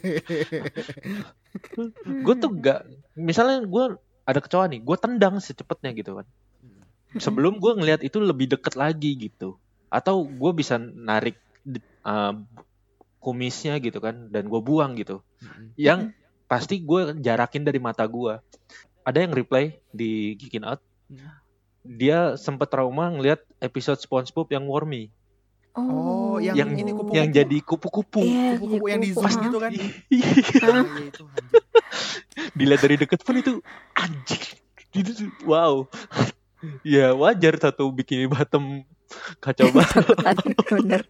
Gue tuh gak, misalnya gue ada kecoa nih, gue tendang secepatnya gitu kan. Sebelum gue ngelihat itu lebih deket lagi gitu. Atau gue bisa narik uh, kumisnya gitu kan, dan gue buang gitu. Yang pasti gue jarakin dari mata gue. Ada yang reply di Geekin Out, dia sempet trauma ngelihat episode SpongeBob yang Wormy, Oh, yang yang ini kupu-kupu. yang jadi kupu-kupu. Iya, Kupu-kupu jadi yang di kupu, zoom ha? gitu kan. Iya. Ah, iya, itu anjir. Dilihat dari deket pun itu anjing. Gitu tuh, wow. Ya wajar satu bikini bottom kacau banget. Bener.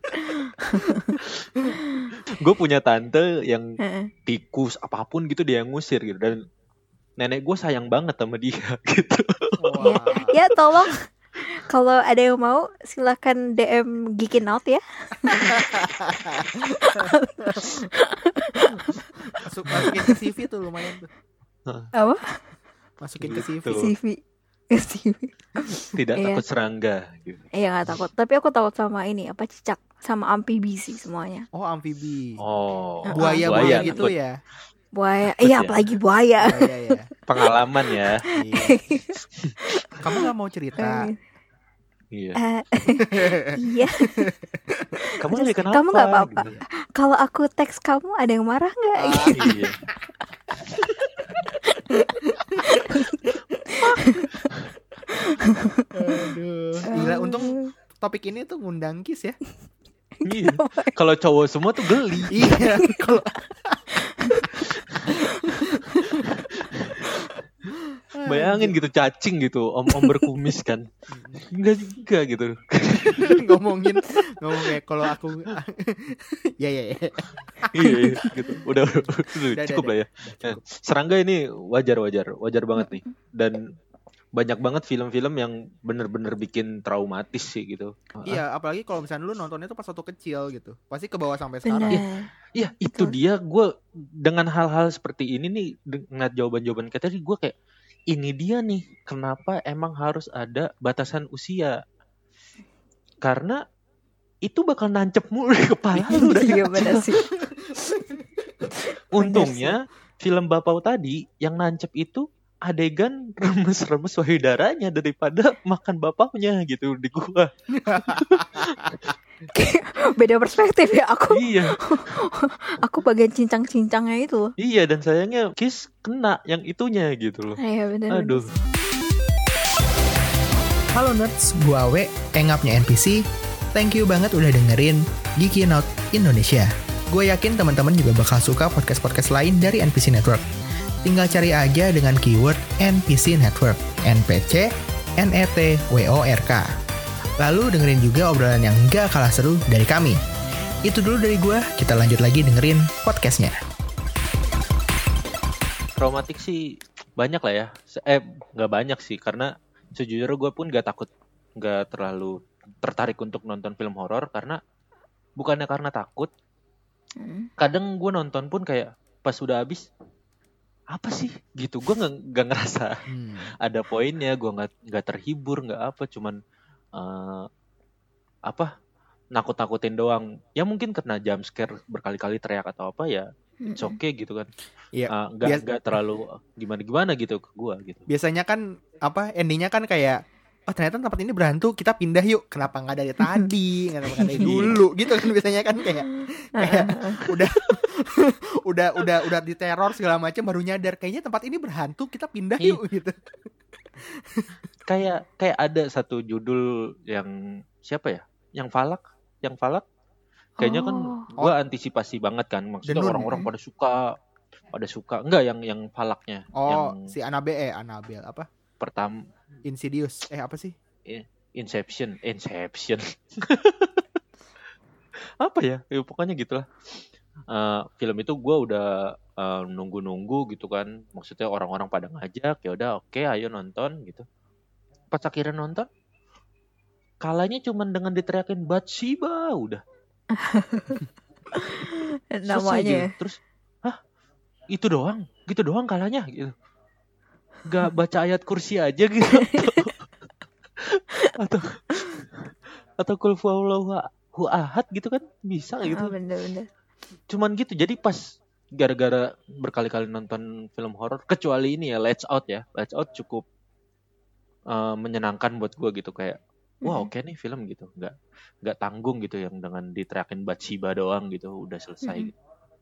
Gue punya tante yang Heeh. tikus apapun gitu dia yang ngusir gitu, dan nenek gue sayang banget sama dia gitu. Wah. Ya tolong, kalau ada yang mau silakan D M Geekin Out ya. Masuk, masukin ke C V tuh lumayan tuh. Apa? Masukin ke C V. Gitu. C V. Ke C V. Tidak Iya. takut serangga gitu. Iya nggak takut. Tapi aku takut sama ini apa cicak, sama amfibi sih semuanya. Oh, amfibi. Oh, Buaya-buaya buaya gitu takut. ya. Buaya. Takut Iya ya? apalagi buaya. Buaya ya. Pengalaman ya. Iya. Kamu nggak mau cerita? Iya. Eh, iya. Kamu Terus lagi kenapa? kamu nggak apa-apa. Gitu. Kalau aku teks kamu ada yang marah nggak? Ah, Iya. aduh. Gila, untung topik ini tuh ngundang Kis ya. Iya. Kalau cowok semua tuh geli. Iya. Kalau Bayangin gitu cacing gitu, om-om berkumis kan. Enggak juga gitu. ngomongin ngomong kayak kalau aku ya ya ya. Iya, iya, gitu. Udah, udah, udah, Udah, cukup udah, lah ya. udah Nah, cukup. serangga ini wajar-wajar, wajar banget nih. Dan banyak banget film-film yang bener-bener bikin traumatis sih gitu. Iya, apalagi kalau misalnya lu nontonnya tuh pas waktu kecil gitu, pasti ke bawah sampai sekarang. Benar. Iya, itu Betul. dia. Gue dengan hal-hal seperti ini nih, dengan jawaban-jawaban kita tadi, gue kayak, ini dia nih, kenapa emang harus ada batasan usia? Karena itu bakal nancep mulu di kepala lu dari Iya benar sih. Untungnya film Bapau tadi yang nancep itu adegan remes-remes payudaranya daripada makan bapaunya gitu di gua. Beda perspektif ya aku. Iya, Aku bagian cincang-cincangnya itu loh. iya, dan sayangnya Kiss kena yang itunya gitu loh. Iya benar. Aduh. Halo nerds, gua Awe, engapnya N P C. Thank you banget udah dengerin Geekin Out Indonesia. Gue yakin teman-teman juga bakal suka podcast-podcast lain dari N P C Network. Tinggal cari aja dengan keyword N P C Network, N P C N E T W O R K. Lalu dengerin juga obrolan yang gak kalah seru dari kami. Itu dulu dari gue. Kita lanjut lagi dengerin podcastnya. Traumatik sih banyak lah ya. Eh nggak banyak sih karena sejujurnya gue pun nggak takut, nggak terlalu tertarik untuk nonton film horor karena bukannya karena takut. Kadang gue nonton pun kayak pas udah habis apa sih gitu, gue nggak nggak ngerasa hmm. ada poinnya, gue nggak nggak terhibur nggak apa, cuman uh, apa nakut-nakutin doang. Ya mungkin karena jump scare berkali-kali teriak atau apa ya. It's okay gitu kan. Iya. Uh, gak, Bias- gak terlalu gimana-gimana gitu ke gue gitu. Biasanya kan apa endingnya kan kayak oh ternyata tempat ini berhantu, kita pindah yuk. Kenapa nggak dari tadi? Kenapa nggak dari dulu? Gitu kan biasanya kan kayak kayak udah udah udah udah diteror segala macam baru nyadar kayaknya tempat ini berhantu, kita pindah yuk gitu. Kayak kayak ada satu judul yang siapa ya? Yang Falak, yang Falak. Kayaknya kan gue oh. antisipasi banget kan, maksudnya Denun, orang-orang ya? pada suka, pada suka enggak yang yang Falaknya. Oh yang si Annabelle, eh Annabelle apa? Pertama Insidious, eh apa sih? Inception, Inception. Apa ya? Ya pokoknya gitulah. Uh, film itu gue udah uh, nunggu-nunggu gitu kan, maksudnya orang-orang pada ngajak, ya udah oke okay, ayo nonton gitu. Pas akhirnya nonton, kalanya cuman dengan diteriakin Bathsheba udah. Namanya gitu. Terus hah itu doang gitu doang kalanya gitu, gak baca ayat kursi aja gitu atau atau kul huwallahu ahad gitu kan bisa gitu. Oh, bener-bener. Cuman gitu, jadi pas gara-gara berkali-kali nonton film horor kecuali ini ya Lights Out ya Lights Out cukup uh, menyenangkan buat gue gitu, kayak wah oke okay nih film gitu, nggak nggak tanggung gitu yang dengan diteriakin Bathsheba doang gitu udah selesai mm-hmm. gitu.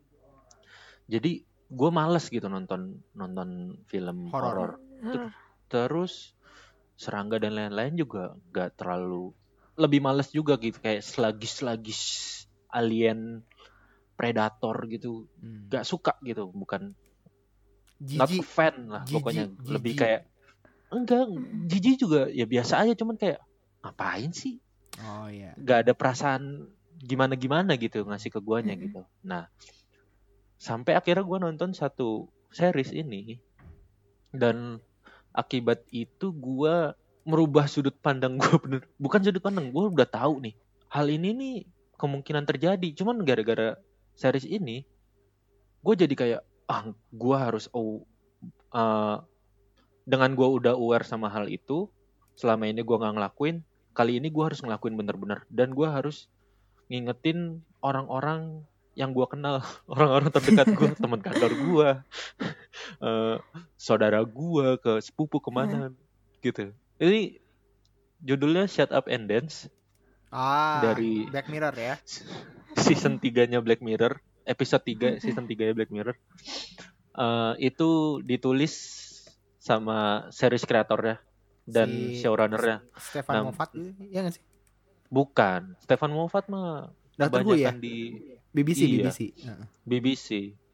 Jadi gue males gitu nonton nonton film horor. Ter- terus serangga dan lain-lain juga nggak terlalu, lebih males juga gitu, kayak sluggish-sluggish alien predator gitu, nggak hmm. suka gitu, bukan Gigi. Not a fan lah Gigi. Pokoknya Gigi. Lebih kayak enggak, jijik juga ya biasa aja, cuman kayak ngapain sih? Oh iya. Gak ada perasaan gimana-gimana gitu ngasih ke guanya mm-hmm. gitu. Nah, sampai akhirnya gue nonton satu series ini dan akibat itu gue merubah sudut pandang gue bener. Bukan sudut pandang, gue udah tahu nih hal ini nih kemungkinan terjadi. Cuman gara-gara series ini gue jadi kayak ah gue harus oh uh, dengan gue udah aware sama hal itu, selama ini gue nggak ngelakuin. Kali ini gue harus ngelakuin bener-bener. Dan gue harus ngingetin orang-orang yang gue kenal. Orang-orang terdekat gue, teman kantor gue, uh, saudara gue, ke sepupu kemana hmm. gitu. Ini judulnya Shut Up and Dance. Ah, dari Black Mirror ya. Season tiga-nya Black Mirror. Episode tiga season tiga-nya Black Mirror. Uh, itu ditulis sama series kreatornya dan si showrunner-nya Stefan nah, Moffat ya nggak sih? Bukan, Stefan Moffat mah kebanyakan ya? Di B B C iya, B B C. Uh. B B C.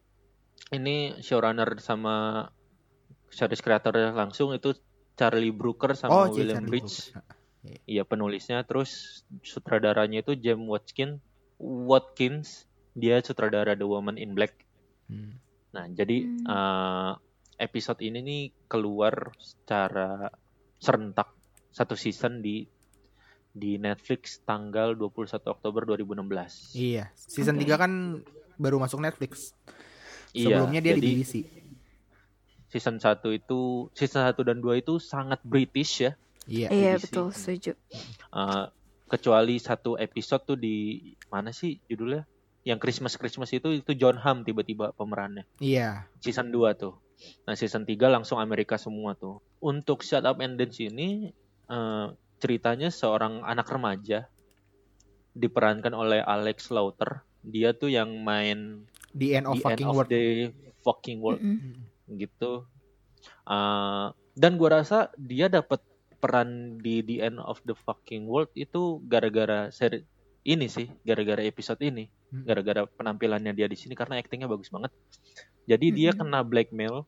Ini showrunner sama series kreatornya langsung itu Charlie Brooker sama oh, William Rich. Iya penulisnya, terus sutradaranya itu James Watkins. Watkins, dia sutradara The Woman in Black. Hmm. Nah jadi hmm. uh, episode ini nih keluar secara serentak satu season di di Netflix tanggal dua puluh satu Oktober dua ribu enam belas. Iya, season okay. tiga kan baru masuk Netflix. Sebelumnya iya, dia di B B C. Season satu itu, season satu dan dua itu sangat British ya. Iya, iya betul, setuju. Uh, kecuali satu episode tuh di mana sih judulnya? Yang Christmas Christmas itu itu John Hamm tiba-tiba pemerannya. Iya. Season dua tuh. Nah season tiga langsung Amerika semua tuh. Untuk Shut Up and Dance ini uh, ceritanya seorang anak remaja diperankan oleh Alex Lauter. Dia tuh yang main The End of, the fucking, end of world. the fucking World mm-hmm. gitu. Uh, dan gua rasa dia dapat peran di The End of the Fucking World itu gara-gara seri ini sih, gara-gara episode ini, mm-hmm. gara-gara penampilannya dia di sini karena aktingnya bagus banget. Jadi mm-hmm. dia kena blackmail,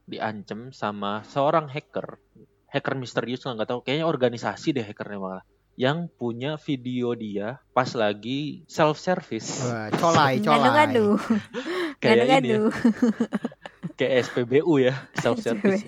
diancam sama seorang hacker, hacker misterius lah nggak tahu, kayaknya organisasi deh hackernya malah. yang punya video dia pas lagi self service. Wah, colai, colai. Ngadu-ngadu. Kayak ini ya, Ngadu-ngadu. kayak S P B U ya, self service.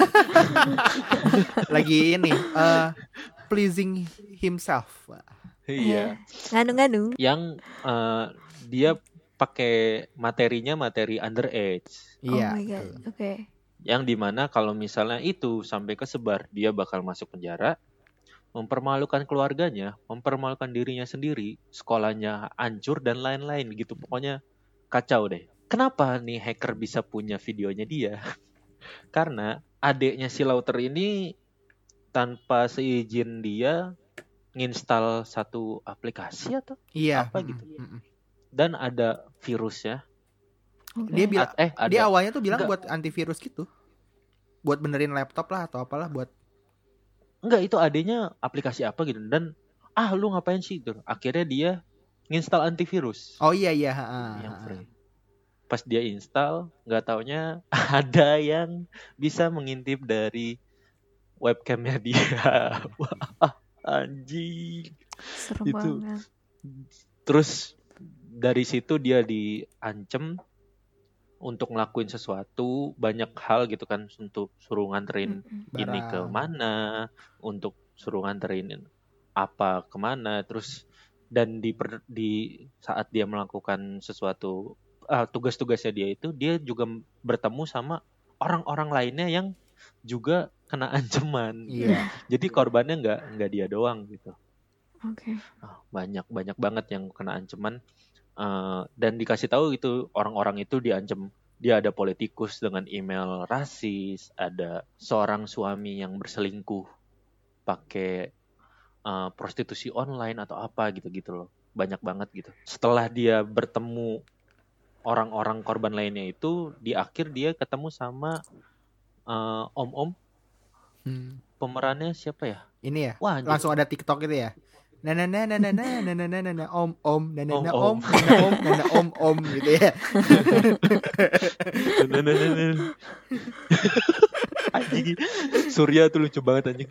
Lagi ini uh, pleasing himself. Wah. Iya. Ngadu-ngadu. Yang uh, dia pakai materinya materi underage. Oh Iya. my god. betul. Oke. Yang dimana kalau misalnya itu sampai kesebar, dia bakal masuk penjara, mempermalukan keluarganya, mempermalukan dirinya sendiri, sekolahnya hancur dan lain-lain gitu. Pokoknya kacau deh. Kenapa nih hacker bisa punya videonya dia? Karena adiknya si Lauter ini tanpa seizin dia nginstal satu aplikasi atau Iya. apa mm, gitu. mm, mm. Dan ada virusnya. Oke. Dia bilang A- eh ada dia awalnya tuh bilang Enggak. buat antivirus gitu. Buat benerin laptop lah atau apalah buat Enggak, itu adanya aplikasi apa gitu. Dan ah lu ngapain sih gitu. Akhirnya dia nginstal antivirus Oh iya iya, ha, yang ha, ha. free. Pas dia install, nggak taunya ada yang bisa mengintip dari webcamnya dia. Wah, anjing. Serem Itu. banget. Terus dari situ dia diancem untuk ngelakuin sesuatu, banyak hal gitu kan, untuk suruh nganterin Mm-mm. ini ke Barang. mana, untuk suruh nganterin apa kemana, terus dan di per- di saat dia melakukan sesuatu ah, tugas-tugasnya dia itu, dia juga bertemu sama orang-orang lainnya yang juga kena ancaman. Iya. Jadi korbannya nggak nggak dia doang gitu. Oke. Ah, banyak banyak banget yang kena ancaman. Eh, dan dikasih tahu itu orang-orang itu diancam, dia ada politikus dengan email rasis, ada seorang suami yang berselingkuh pakai eh, prostitusi online atau apa gitu-gitu loh, banyak banget gitu. Setelah dia bertemu orang-orang korban lainnya itu, di akhir dia ketemu sama eh, om-om, Hmm. pemerannya siapa ya? Ini ya. Wah, anjir. Langsung ada TikTok gitu ya. Nah nah nah nah nah nah nah nah nah nah nah om om nah nah nah Om, om om. nah nah om nah nah om om gitu ya. Nah, nah, nah, nah. Anjing, Surya tuh lucu banget anjing.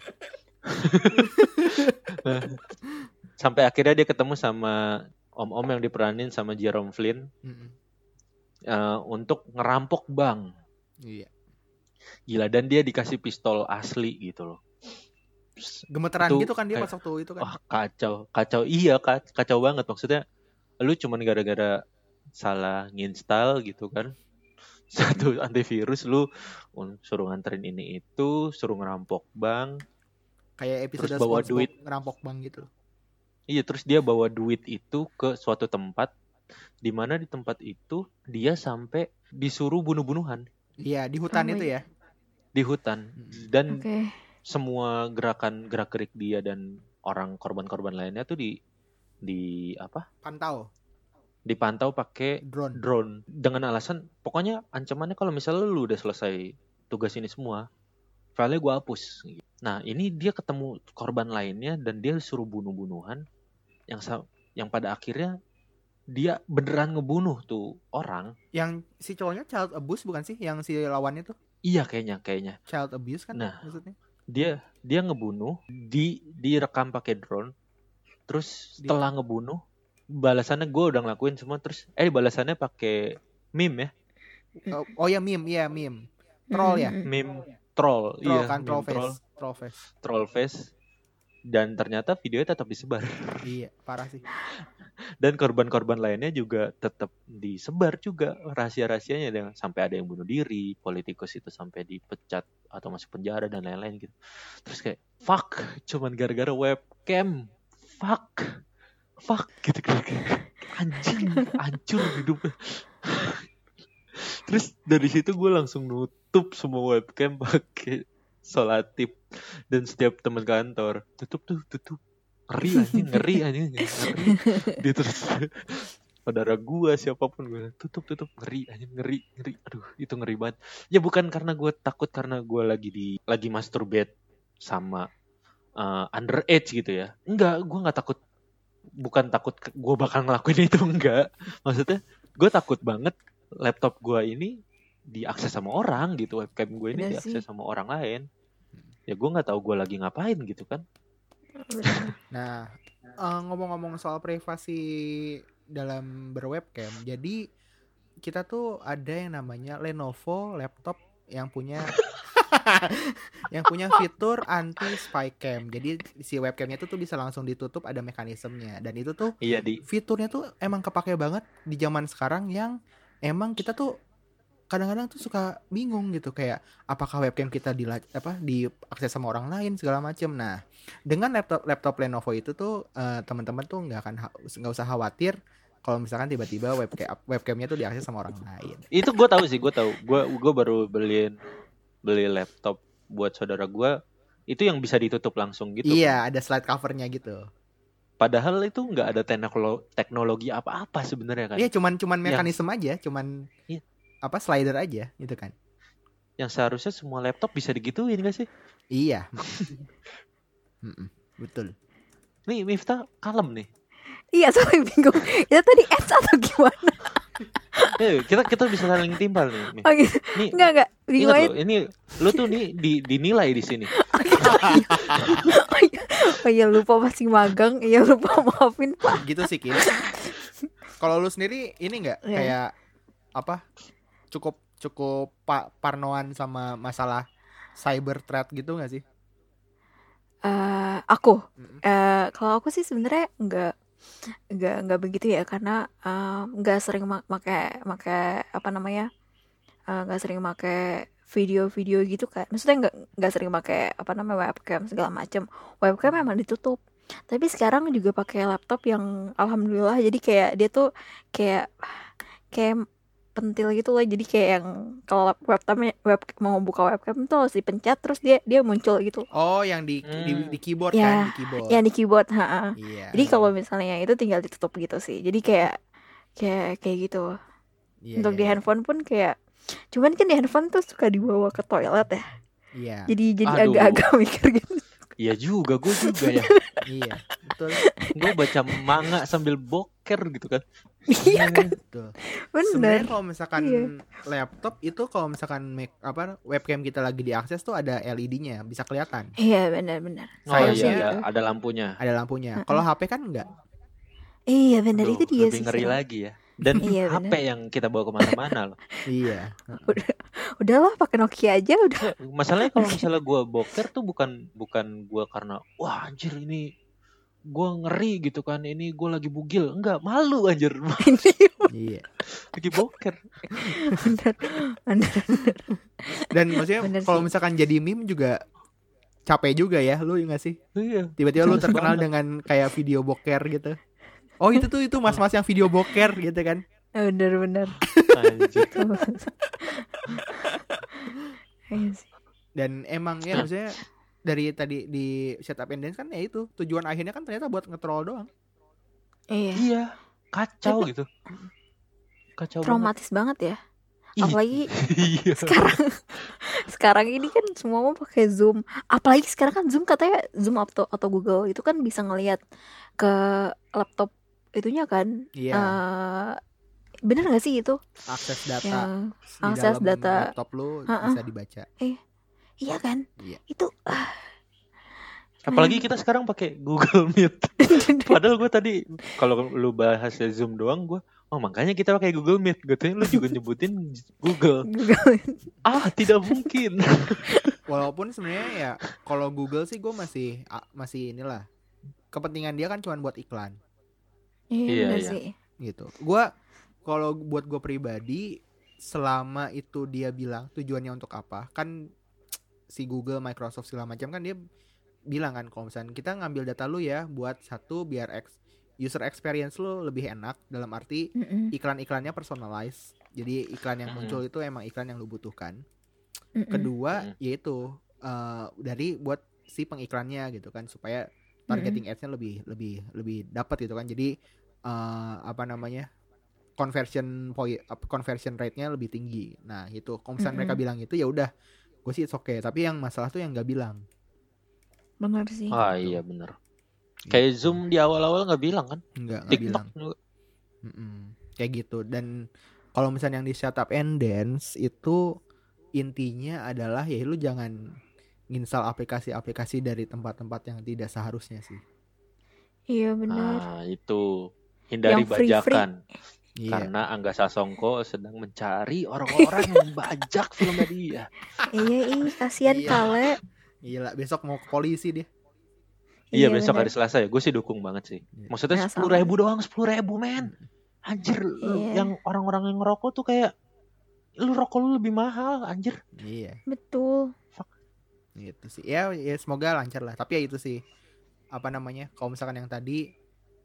Nah, sampai akhirnya dia ketemu sama om-om yang diperanin sama Jerome Flynn Mm-mm. eh, untuk ngerampok bank. Iya. Gila, dan dia dikasih pistol asli gitu loh. Gemeteran Itu gitu kan dia kayak- pas waktu itu kan. Wah, kacau, kacau. Iya, ka- kacau banget maksudnya. Lu cuman gara-gara salah nginstal gitu kan. Satu antivirus, lu un- suruh nganterin ini itu, suruh ngerampok bank. Kayak episode terus bawa SpongeBob duit. ngerampok bank gitu loh. Iya, terus dia bawa duit itu ke suatu tempat, di mana di tempat itu dia sampai disuruh bunuh-bunuhan Iya, di hutan Oh my itu ya. di hutan. Mm-mm. Dan Oke. semua gerakan gerak-gerik dia dan orang korban-korban lainnya tuh di di apa? Pantau Dipantau pakai drone. drone dengan alasan pokoknya ancamannya kalau misalnya lu udah selesai tugas ini semua, filenya gua hapus. Nah, ini dia ketemu korban lainnya dan dia suruh bunuh-bunuhan yang sa- yang pada akhirnya dia beneran ngebunuh tuh orang. Yang si cowoknya child abuse bukan sih? Yang si lawannya tuh Iya, kayaknya kayaknya. child abuse kan Nah. maksudnya? Dia dia ngebunuh, di direkam pakai drone. Terus Di- setelah ngebunuh, balasannya gue udah ngelakuin semua, terus eh balasannya pakai meme ya. Oh, oh ya meme, iya meme. Troll ya? Mm-mm. Meme troll, Troll iya, kan troll meme troll, face. Troll face. troll face. Dan ternyata videonya tetap disebar. Iya, parah sih. Dan korban-korban lainnya juga tetap disebar juga rahasia-rahasianya, dengan sampai ada yang bunuh diri, politikus itu sampai dipecat atau masuk penjara dan lain-lain gitu. Terus kayak fuck, cuman gara-gara webcam, fuck, fuck gitu kayak anjing, hancur hidup. Terus dari situ gue langsung nutup semua webcam pakai solatip, dan setiap teman kantor tutup tuh tutup, ngeri anjing, ngeri anjing, ngeri. Dia terus saudara gua siapapun gue tutup tutup, ngeri anjing, ngeri ngeri, aduh itu ngeri banget. Ya bukan karena gue takut, karena gue lagi di lagi masturbate sama uh, underage gitu ya, enggak, gue nggak takut, bukan takut gue bakal ngelakuin itu, enggak, maksudnya gue takut banget laptop gue ini diakses sama orang gitu, webcam gue ini Bener diakses sih. sama orang lain. Ya gue nggak tahu gue lagi ngapain gitu kan. benar. Nah, eh, ngomong-ngomong soal privasi dalam berwebcam, jadi kita tuh ada yang namanya Lenovo laptop yang punya yang punya fitur anti spy cam. Jadi si webcamnya itu tuh bisa langsung ditutup, ada mekanismenya. Dan itu tuh Iya di. fiturnya tuh emang kepake banget di zaman sekarang yang emang kita tuh kadang-kadang tuh suka bingung gitu, kayak apakah webcam kita di apa diakses sama orang lain segala macem. Nah, dengan laptop laptop Lenovo itu tuh eh, teman-teman tuh nggak akan nggak usah khawatir kalau misalkan tiba-tiba webcam webcamnya tuh diakses sama orang lain. Itu gue tahu sih, gue tahu. Gue gue baru beliin beli laptop buat saudara gue, itu yang bisa ditutup langsung gitu. Iya, ada slide covernya gitu. Padahal itu nggak ada teknolo- teknologi apa-apa sebenarnya kan. Iya, cuman cuman Yang- mekanisme aja, cuman Iya. apa slider aja gitu kan. Yang seharusnya semua laptop bisa digituin gak sih? Iya. Mm-mm, betul. Nih Miftah kalem nih. Iya, soalnya bingung. Itu tadi ads atau gimana? Eh, kita kita bisa saling timpal nih. Mif. Oh gitu. Nih, Enggak, enggak. Bingung ingat aja. lo, ini lu tuh nih di, dinilai di sini. Oh iya, oh iya lupa masih magang. Iya lupa, maafin Pak. Gitu sih, Kim. Kalau lu sendiri ini enggak Iya. kayak apa? Cukup cukup pa- parnoan sama masalah cyber threat gitu enggak sih? Eh, aku Mm-mm. eh kalau aku sih sebenarnya enggak enggak enggak begitu ya, karena eh, enggak sering ma- make make apa namanya? Eh, enggak sering make video-video gitu kan. Maksudnya enggak enggak sering make apa namanya webcam segala macam. Webcam memang ditutup. Tapi sekarang juga pakai laptop yang alhamdulillah, jadi kayak dia tuh kayak kayak pentil gitu loh. Jadi kayak yang kalau webcam web mau buka webcam tuh harus dipencet terus dia dia muncul gitu. Oh, yang di di, Hmm. di keyboard Ya, kan, di keyboard. Ya di keyboard, ha. Iya. Jadi kalau misalnya itu tinggal ditutup gitu sih. Jadi kayak kayak kayak gitu. Iya, Untuk iya, di iya. handphone pun kayak, cuman kan di handphone tuh suka dibawa ke toilet ya. Iya. Jadi jadi Aduh. agak-agak mikir gitu. Iya juga, gue juga ya. Iya, betul. Gue baca manga sambil boker gitu kan. Iya kan, Betul. bener. Sebenarnya kalau misalkan Iya. laptop itu kalau misalkan make, apa webcam kita lagi diakses tuh ada L E D-nya, bisa kelihatan. Iya benar-benar. Oh Sayangnya iya, gitu. ada, ada lampunya. Ada lampunya. Kalau H P kan enggak. Iya benar, Aduh, itu dia lebih sih. ngeri sekarang. lagi ya. Dan Iya, H P yang kita bawa kemana-mana loh. Iya. Udahlah pakai Nokia aja udah. Masalahnya kalau misalnya gue boker tuh bukan bukan gue karena wah anjir ini gue ngeri gitu kan, ini gue lagi bugil, enggak, malu anjir. Iya. Lagi boker. Bener, bener. Dan maksudnya Bener kalau sih. misalkan jadi meme juga capek juga ya, lu nggak sih? Iya. Tiba-tiba lu Males terkenal banget. dengan kayak video boker gitu. Oh, itu tuh itu mas-mas yang video boker gitu kan. Bener-bener. Anjir. Iya sih. Dan emang ya maksudnya dari tadi di setup and dance kan ya itu tujuan akhirnya kan ternyata buat nge-troll doang. Iya. Iya, kacau gitu. Kacau banget. Traumatis banget ya. Ih, Apalagi iya. sekarang sekarang ini kan semua mau pakai Zoom. Apalagi sekarang kan Zoom katanya Zoom atau atau Google itu kan bisa ngelihat ke laptop itunya kan. Iya. Eh, bener nggak sih itu? Akses data Yang di akses dalam data. laptop lu Ha-ha. bisa dibaca. Iya kan? Iya. Itu ah, Apalagi kita sekarang pakai Google Meet. Padahal gue tadi kalau lu bahas Zoom doang, gue oh makanya kita pakai Google Meet. Gue lu juga nyebutin Google. Google. Ah, tidak mungkin. Walaupun sebenarnya ya kalau Google sih gue masih a- masih inilah, kepentingan dia kan cuma buat iklan Iya, Iya, bener iya. sih. gitu. Gua kalau buat gue pribadi, selama itu dia bilang tujuannya untuk apa, kan si Google, Microsoft segala macam kan dia bilang kan kalau misalnya kita ngambil data lu ya buat satu biar ex- user experience lu lebih enak, dalam arti Mm-mm. iklan-iklannya personalized. Jadi iklan yang Mm-mm. muncul itu emang iklan yang lu butuhkan. Mm-mm. Kedua Mm. yaitu eh, dari buat si pengiklannya gitu kan, supaya targeting ads-nya lebih lebih lebih dapat gitu kan. Jadi eh, apa namanya, conversion point, conversion rate-nya lebih tinggi. Nah itu kalau misalnya mereka Mm-mm. bilang itu ya udah, gue sih it's okay. Tapi yang masalah tuh yang nggak bilang. Bener sih. Ah iya bener. Kayak Zoom di awal-awal nggak bilang kan? Nggak nggak TikTok bilang. juga. Mm-mm. Kayak gitu. Dan kalau misalnya yang di Shut Up and Dance itu intinya adalah ya lu jangan nginstal aplikasi-aplikasi dari tempat-tempat yang tidak seharusnya sih. Iya benar. Ah, itu hindari Yang free-free. bajakan. Iya. Karena Angga Sasongko sedang mencari orang-orang yang membajak filmnya dia. Iya ih kasihan Iya. Kale. Gila, besok mau ke polisi dia. Iya, besok benar. hari Selasa ya. Gue sih dukung banget sih. Maksudnya Nah, sepuluh sama. ribu doang, sepuluh ribu men. Anjir, lu- Iya. yang orang-orang yang ngerokok tuh kayak lu rokok lu lebih mahal, anjir. Iya, Betul. gitu sih. Ya, ya semoga lancar lah. Tapi ya itu sih apa namanya? Kalau misalkan yang tadi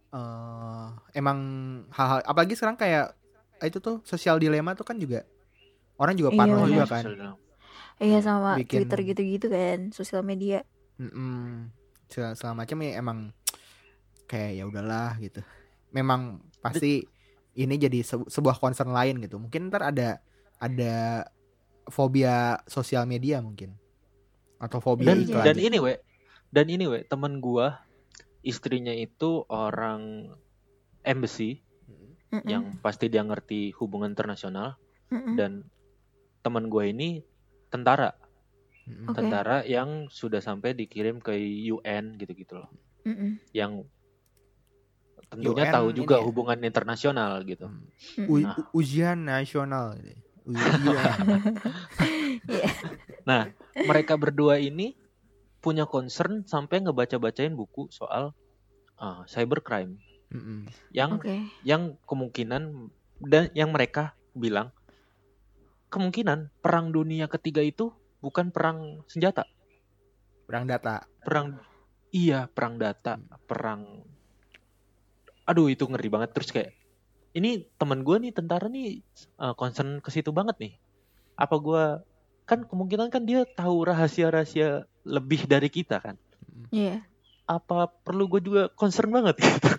eh emang hal-hal apalagi sekarang kayak itu tuh sosial dilema tuh kan juga orang juga Iya, parno benar. juga kan. Iya sama Bikin- Twitter gitu-gitu kan, sosial media. Mm-mm. Segala, segala macam ya emang kayak ya udahlah gitu. Memang pasti ini jadi se- sebuah concern lain gitu. Mungkin ntar ada ada fobia sosial media mungkin atau fobia Dan iklan. dan ini we, dan ini we, teman gua istrinya itu orang embassy Mm-mm. yang pasti dia ngerti hubungan internasional, Mm-mm. dan teman gua ini tentara, Mm-mm. Oke. tentara yang sudah sampai dikirim ke U N gitu-gitu loh. Mm-mm. Yang tentunya U N tahu juga ini ya? hubungan internasional gitu. Mm. Mm-mm. U- Nah. u- ujian nasional gitu. Ujian. Iya. Nah, mereka berdua ini punya concern sampai ngebaca-bacain buku soal uh, cybercrime Mm-mm. yang Oke. yang kemungkinan dan yang mereka bilang kemungkinan perang dunia ketiga itu bukan perang senjata, Perang data. perang iya perang data, perang aduh itu ngeri banget. Terus kayak ini teman gue nih tentara nih uh, concern ke situ banget nih. Apa gue kan kemungkinan kan dia tahu rahasia-rahasia lebih dari kita kan. Iya. Apa perlu gue juga concern banget gitu.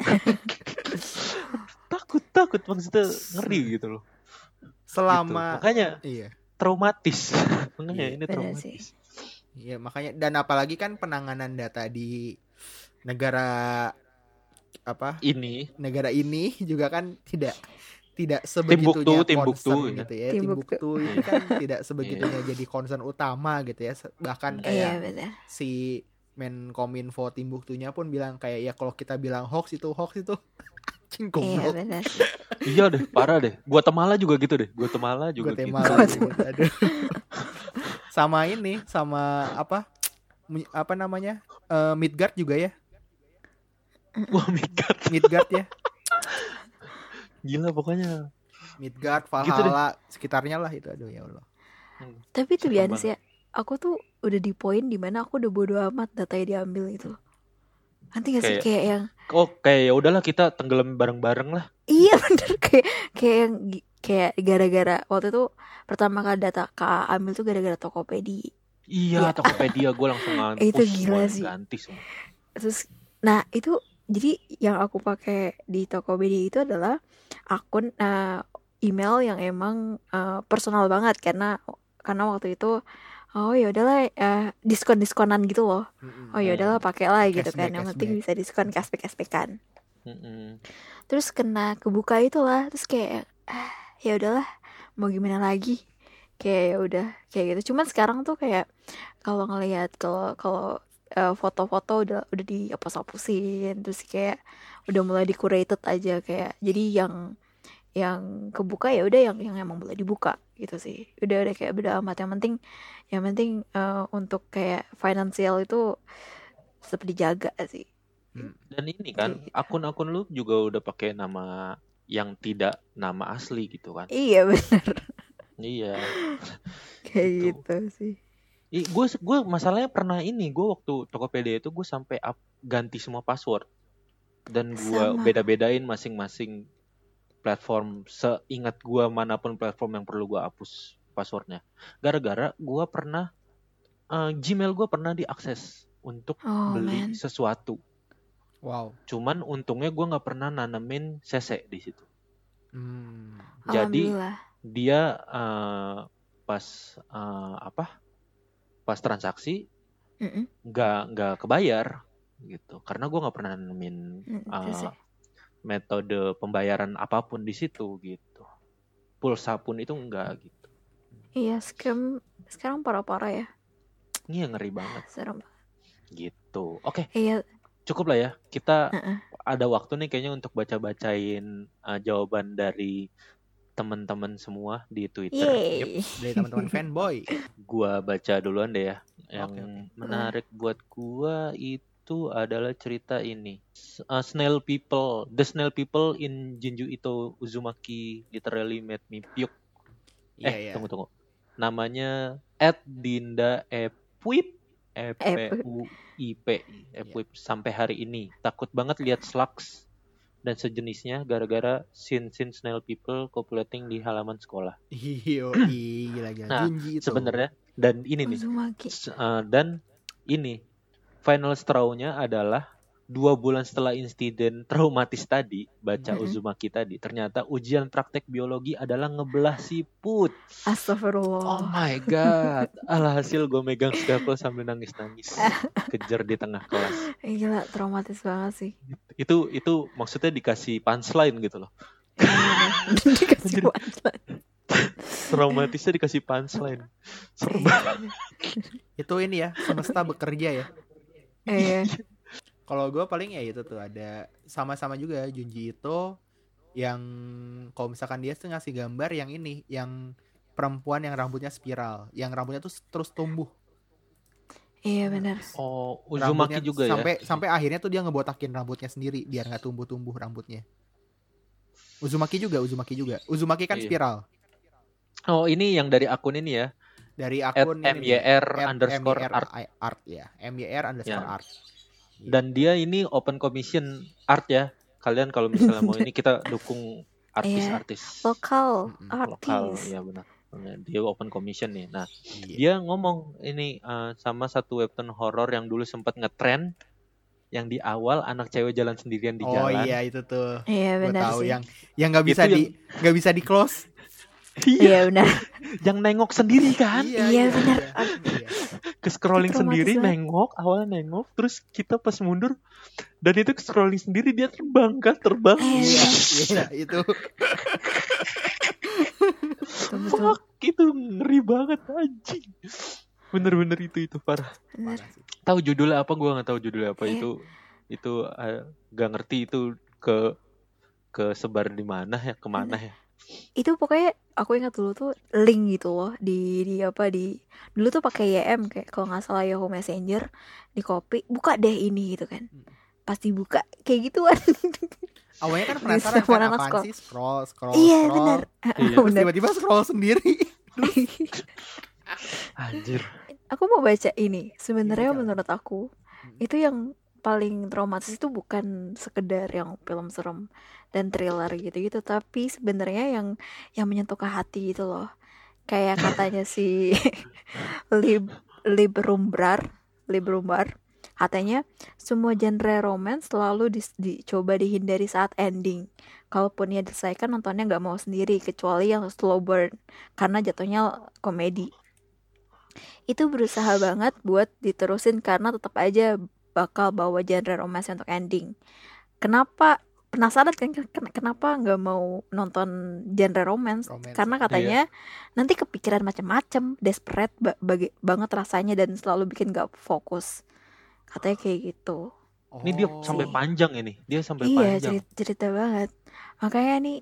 takut takut maksudnya ngeri gitu loh. Selama Gitu. Makanya iya. traumatis. Makanya Iya. ini Benar traumatis. Iya, makanya dan apalagi kan penanganan data di negara apa? Ini Negara ini juga kan tidak tidak sebegitunya Timbuktu, Timbuktu, concern ya. gitu ya. Timbuktu. Timbuktu itu kan tidak sebegitunya jadi concern utama gitu ya. Se- Bahkan Iya kayak benar. si Menkominfo Timbuktunya pun bilang kayak ya kalau kita bilang hoax itu hoax itu anjing Iya goblok. benar. sih. iya deh, parah deh. Guatemala juga gitu deh. Guatemala juga gitu. Guatemala gitu. Aduh. Sama ini, sama apa? Mi- Apa namanya? Eh, Midgard juga ya. Wah, Midgard. Midgard ya. Gila pokoknya. Midgard, Gitu Valhalla, sekitarnya lah itu. Aduh ya Allah. Tapi itu Serem biasa ya. Aku tuh udah di poin dimana aku udah bodo amat datanya diambil gitu loh. Nanti gak sih Kayak- kayak yang Oh, kayak ya udahlah kita tenggelam bareng-bareng lah. iya bener kayak kayak yang gi- kayak gara-gara waktu itu pertama kali data Kak ambil tuh gara-gara Tokopedia. Iya, Iya. Tokopedia gue langsung ngampus. Itu gila semua, sih. Ganti semua. Terus nah itu jadi yang aku pakai di Tokopedia itu adalah akun eh, email yang emang eh, personal banget karena karena waktu itu oh ya udahlah eh, diskon-diskonan gitu loh. Mm-mm. Oh ya udahlah pakailah gitu Cashback, kan. Yang penting cashback. bisa diskon cashback-cashbackan. Mm-mm. Terus kena kebuka itulah terus kayak ah, ya udahlah mau gimana lagi kayak ya udah kayak gitu. Cuman sekarang tuh kayak kalau ngelihat kalau kalau eh, foto-foto udah udah dihapus-hapusin terus kayak udah mulai di curated aja kayak jadi yang yang kebuka ya udah yang yang emang boleh dibuka gitu sih. Udah udah kayak beda amat yang penting yang penting eh, untuk kayak finansial itu tetap dijaga sih. Dan ini kan Gitu. akun-akun lu juga udah pakai nama yang tidak nama asli gitu kan. Iya benar Iya. kayak Gitu. gitu sih. Gue gue masalahnya pernah ini gue waktu Tokopedia itu gue sampai up, ganti semua password dan gue Sama. beda-bedain masing-masing platform seingat gue manapun platform yang perlu gue hapus passwordnya. Gara-gara gue pernah eh, Gmail gue pernah diakses untuk Oh beli man. sesuatu. Wow. Cuman untungnya gue nggak pernah nanamin C C di situ. Hmm. Jadi Alhamdulillah. dia eh, pas eh, apa? Pas transaksi Mm-mm. nggak nggak kebayar gitu karena gue nggak pernah nemuin Mm, uh, itu sih. metode pembayaran apapun di situ gitu, pulsa pun itu enggak gitu. Iya scam sekarang parah-parah ya. Iya ngeri banget serem. gitu. Oke, Iya, cukup lah ya. Kita heeh. ada waktu nih kayaknya untuk baca-bacain uh, jawaban dari teman-teman semua di Twitter. Yeay. Dari teman-teman fanboy. Gua baca duluan deh ya. Yang Oke, oke. menarik buat gua itu adalah cerita ini. S- uh, Snail People, The Snail People in Jinju Ito Uzumaki literally made me puke. Iya, Eh, iya. tunggu tunggu. Namanya at Dinda Epwip, E P U I P, Epwip sampai hari ini. Takut banget lihat slugs dan sejenisnya gara-gara scene-scene snail people copulating di halaman sekolah. Iyo, gila gila. Nah, Junji itu. sebenarnya dan ini nih. Uzumaki. s- uh, dan ini final straw-nya adalah dua bulan setelah insiden traumatis tadi, baca Mm-mm. Uzumaki tadi, ternyata ujian praktek biologi adalah ngebelah siput. Oh Astagfirullah. my god. Alhasil gue megang scalpel sambil nangis-nangis. Kejar di tengah kelas. Eh, Gila, traumatis banget sih. Itu itu maksudnya dikasih punchline gitu loh. Iya, bener. Dikasih Anjir. punchline. Traumatisnya dikasih punchline. Serem banget. Itu ini ya, semesta bekerja ya. Iya. Kalau gue paling ya itu tuh ada sama-sama juga Junji itu yang kalau misalkan dia tuh ngasih gambar yang ini, yang perempuan yang rambutnya spiral, yang rambutnya tuh terus tumbuh. Iya benar. Oh, Uzumaki Rambutnya juga sampai ya. sampai akhirnya tuh dia ngebotakin rambutnya sendiri biar nggak tumbuh-tumbuh rambutnya. Uzumaki juga, Uzumaki juga. Uzumaki kan Iya. spiral. Oh, ini yang dari akun ini ya. Dari At akun M Y ini nih, R at underscore M Y R art. art ya, M Y R underscore Ya. art. Dan dia ini open commission art ya. Kalian kalau misalnya mau ini kita dukung artis-artis Lokal Mm-mm, lokal, artis. ya benar. Nah, dia open commission nih. Nah, Iya. dia ngomong ini uh, sama satu webtoon horor yang dulu sempat ngetren, yang di awal anak cewek jalan sendirian di Oh jalan. iya itu tuh. Iya Gue benar tahu sih. yang yang nggak bisa Itu di nggak bisa di close. Iya benar. Yang nengok sendiri kan? Iya, benar. Iya. Ke scrolling Itu traumatis sendiri, banget. nengok, awalnya nengok, terus kita pas mundur, dan itu ke scrolling sendiri dia terbang kan, terbang. Iya, iya itu. Betul-betul. Fuck, itu ngeri banget anjing. Bener-bener itu itu parah. Benar. Parah sih. Tahu judulnya apa? Gua nggak tahu judulnya apa. Iya. Itu itu uh, gak ngerti itu ke ke sebar di mana ya, kemana ya. Itu pokoknya aku ingat dulu tuh link gitu loh di di apa di dulu tuh pakai Y M kayak kalau nggak salah Yahoo Messenger, di copy buka deh ini gitu kan, pasti buka kayak gituan. Awalnya kan Di penasaran semua kan anak apaan sekolah. sih scroll scroll Iya scroll. benar. Iya. Terus Benar. tiba-tiba scroll sendiri. Anjir. Aku mau baca ini. Sebenarnya Baca apa? menurut aku Hmm. itu yang paling traumatis itu bukan sekedar yang film serem dan thriller gitu-gitu, tapi sebenarnya yang yang menyentuh ke hati gitu loh. Kayak katanya si Lib Librumbar, Librumbar katanya semua genre romance selalu dis- dicoba dihindari saat ending. Kalaupun ia diselesaikan nontonnya nggak mau sendiri kecuali yang slow burn karena jatuhnya komedi. Itu berusaha banget buat diterusin karena tetap aja bakal bawa genre romance untuk ending. Kenapa? Penasaran kan ken- kenapa nggak mau nonton genre romance? Romance. Karena katanya nanti kepikiran macam-macam, desperate ba- bagi- banget rasanya dan selalu bikin gak fokus. Katanya kayak gitu. Ini dia Oh. sampai panjang ini. Dia sampai Iya, panjang. cerita, cerita banget. Makanya nih,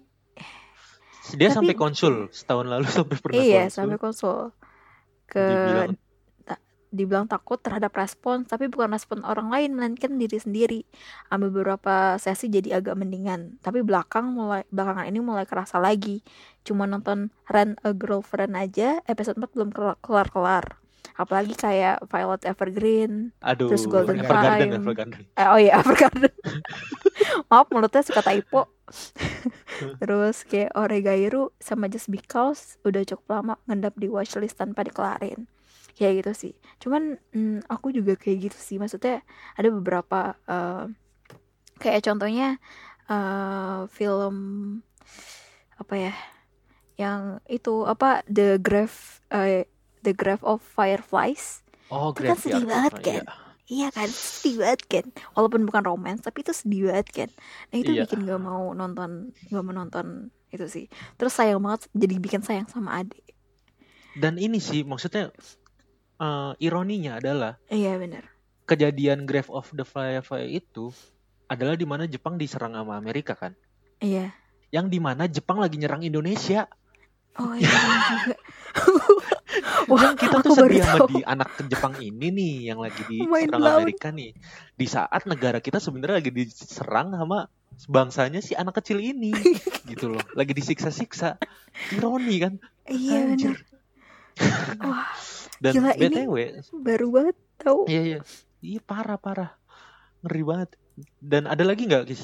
Dia Tapi- sampai konsul setahun lalu sampai pernah iya konsul. sampai konsul ke Dibilang ta- dibilang takut terhadap respon, tapi bukan respon orang lain, melainkan diri sendiri. Ambil beberapa sesi jadi agak mendingan, tapi belakang mulai belakangan ini mulai kerasa lagi. Cuma nonton Rent a Girlfriend aja, episode empat belum kelar- kelar-kelar. Apalagi kayak Violet Evergreen. aduh, Terus Golden Evergarden, Time. Evergarden. Eh, oh iya, Evergarden. Maaf, mulutnya suka typo. Terus kayak Oregairu sama Just Because udah cukup lama ngendap di watchlist tanpa dikelarin. Kayak gitu sih. Cuman mm, aku juga kayak gitu sih. Maksudnya ada beberapa eh, kayak contohnya eh, film apa ya? Yang itu apa The Grave eh, The Grave of Fireflies. Oh, Itu kan sedih Graveyard. banget Oh, kan. iya. Iya kan, sedih banget kan. Walaupun bukan romance, tapi itu sedih banget kan. Nah itu Iya. bikin gak mau nonton, gak mau nonton itu sih. Terus sayang banget, jadi bikin sayang sama adik. Dan ini sih maksudnya eh, ironinya adalah Iya benar. kejadian Grave of the Firefly itu adalah di mana Jepang diserang sama Amerika kan. Iya. Yang di mana Jepang lagi nyerang Indonesia. Oh iya benar juga. Wah, kita aku tuh baru sedih sama tahu. di anak ke Jepang ini nih yang lagi Main diserang laut. Amerika nih. Di saat negara kita sebenarnya lagi diserang sama bangsanya si anak kecil ini gitu loh. Lagi disiksa-siksa. Ironi kan? Iya benar. Anjir. Wah, Dan gila B T W, ini baru banget tahu. iya iya. Iya parah-parah. Ngeri banget. Dan ada lagi nggak, Kis?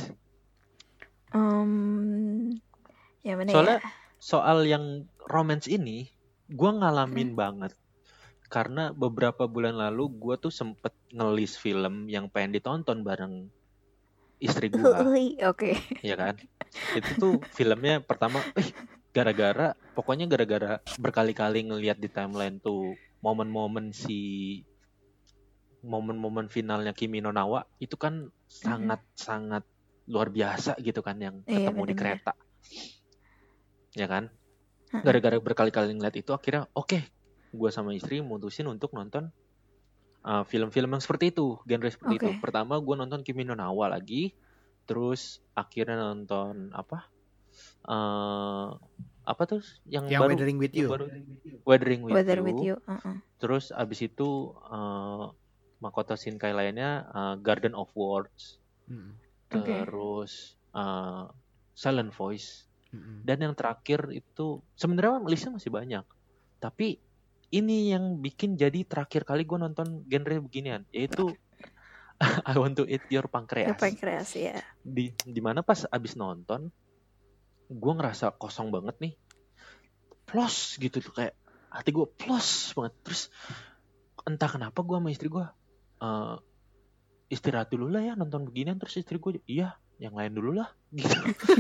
Um, ya mana Soalnya ya? soal yang romance ini gue ngalamin banget. Karena beberapa bulan lalu gue tuh sempet ngelis film yang pengen ditonton bareng istri gue, Ui, Oke. ya kan? Itu tuh filmnya pertama, eh gara-gara, pokoknya gara-gara berkali-kali ngeliat di timeline tuh momen-momen si momen-momen finalnya Kimi no Na wa itu kan sangat-sangat luar biasa gitu kan yang Iya ketemu di benar-benar. kereta, ya kan? Heeh. Gara-gara berkali-kali ngeliat itu akhirnya oke, gue sama istri mutusin untuk nonton uh, film-film yang seperti itu, genre seperti itu. Oke. Pertama gue nonton Kimi no Na wa lagi, terus akhirnya nonton apa? Uh, apa tuh yang, Yang baru? Weathering with Yang You. baru Weathering with Weather You. with you. Uh-uh. Terus abis itu uh, Makoto Shinkai lainnya uh, Garden of Words. Mm-mm. Oke. Terus uh, Silent Voice. Mm-mm. Dan yang terakhir itu sebenarnya listnya masih banyak. Tapi ini yang bikin jadi terakhir kali gue nonton genre beginian, yaitu I Want to Eat Your Pancreas. Ya pankreas ya. Di dimana pas abis nonton, gue ngerasa kosong banget nih. Plus gitu tuh kayak hati gue plus banget. Terus entah kenapa gue sama istri gue uh, istirahat dulu lah ya nonton beginian. Terus istri gue iya yang lain dulu lah gitu.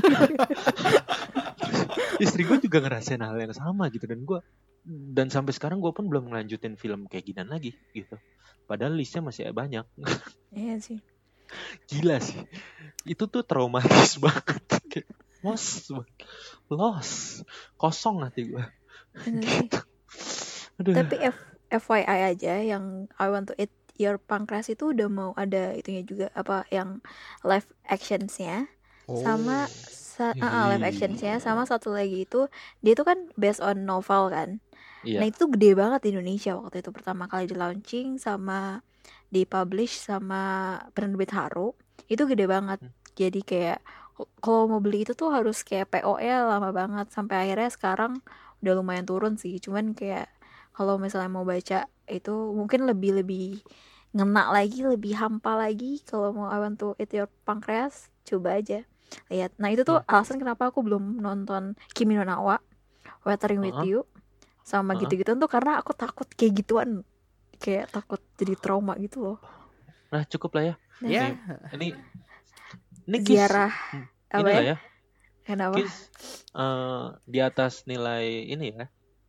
Istri gue juga ngerasain hal yang sama gitu, dan gue dan sampai sekarang gue pun belum ngelanjutin film kayak ginian lagi gitu. Padahal listnya masih banyak. Iya sih. Gila sih. Itu tuh traumatis banget. Kayak lost banget. Lost. Kosong hati gue. Bener sih. Gitu. Aduh. Tapi F FYI aja yang I Want to Eat Your Pancreas itu udah mau ada itunya juga apa yang live actionsnya Oh. sama sa- uh, live actionsnya sama satu lagi itu dia itu kan based on novel kan. Iya. Nah itu gede banget di Indonesia waktu itu pertama kali di launching sama dipublish sama penerbit Haru itu gede banget. Jadi kayak kalau mau beli itu tuh harus kayak P O nya lama banget sampai akhirnya sekarang udah lumayan turun sih. Cuman kayak kalau misalnya mau baca itu mungkin lebih lebih ngena lagi, lebih hampa lagi. Kalau mau I Want to Eat Your Pancreas coba aja lihat. Nah itu tuh Hmm. alasan kenapa aku belum nonton Kimi no Na wa, Weathering with Uh-huh. You sama Uh-huh. gitu-gitu tuh karena aku takut kayak gituan, kayak takut jadi trauma gitu loh. Nah cukup lah ya. Nah, Ya, Ini ini Kis, ziarah hmm, apa ini ya? lah ya. Kenapa? Kis eh, di atas nilai ini ya.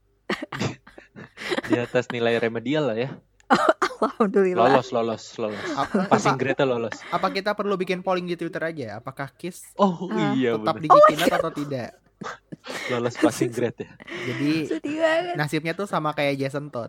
Di atas nilai remedial lah ya. Alhamdulillah. Lolos, lolos, lolos. apa, Passing apa, grade lolos. apa kita perlu bikin polling di Twitter aja? Apakah Kiss Oh Ah. iya tetap bener. di Geekinut atau tidak? Lolos passing grade ya. Jadi Sedih banget. nasibnya tuh sama kayak Jason Todd,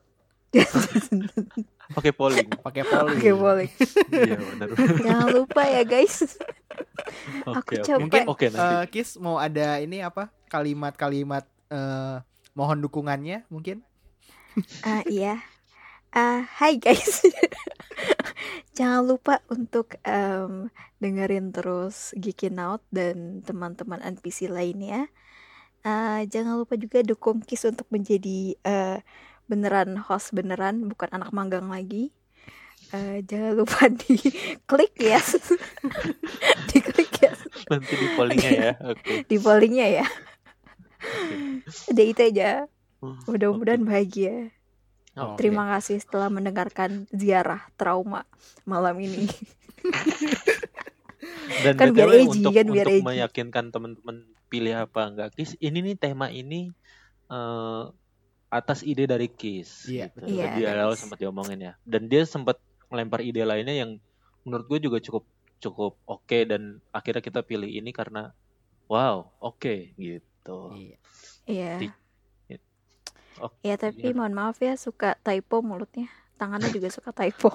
Pakai polling. pakai polling. Oke boleh. Iya benar. Jangan lupa ya guys. Oke, oke. capek. Mungkin Oke nanti. eh, Kiss mau ada ini apa kalimat-kalimat eh, mohon dukungannya mungkin? Ah iya. Ah hai guys. Jangan lupa untuk em, dengerin terus Geekin Out dan teman-teman N P C lainnya. Ah, jangan lupa juga dukung Kis untuk menjadi eh, beneran host beneran, bukan anak magang lagi. Eh, jangan lupa di klik ya, di klik ya, Nanti di pollingnya ya. Oke. di pollingnya ya. Oke. Udah itu aja. Hmm, Mudah-mudahan oke. bahagia. Oke. Terima kasih setelah mendengarkan ziarah trauma malam ini. Dan Kan B T W biar edgy, untuk kan biar untuk edgy. meyakinkan teman-teman pilih apa enggak Kis, ini nih tema ini eh, atas ide dari Kis. Iya, Gitu. Iya, Di dari awal Kis. sempat diomongin ya. Dan dia sempat melempar ide lainnya yang menurut gue juga cukup cukup oke, dan akhirnya kita pilih ini karena wow, oke gitu. Iya. Iya. Di- Oke. Ya tapi mohon maaf ya, suka typo mulutnya. Tangannya juga suka typo.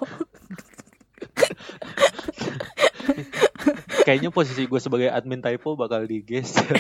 Kayaknya posisi gue sebagai admin typo bakal digeser.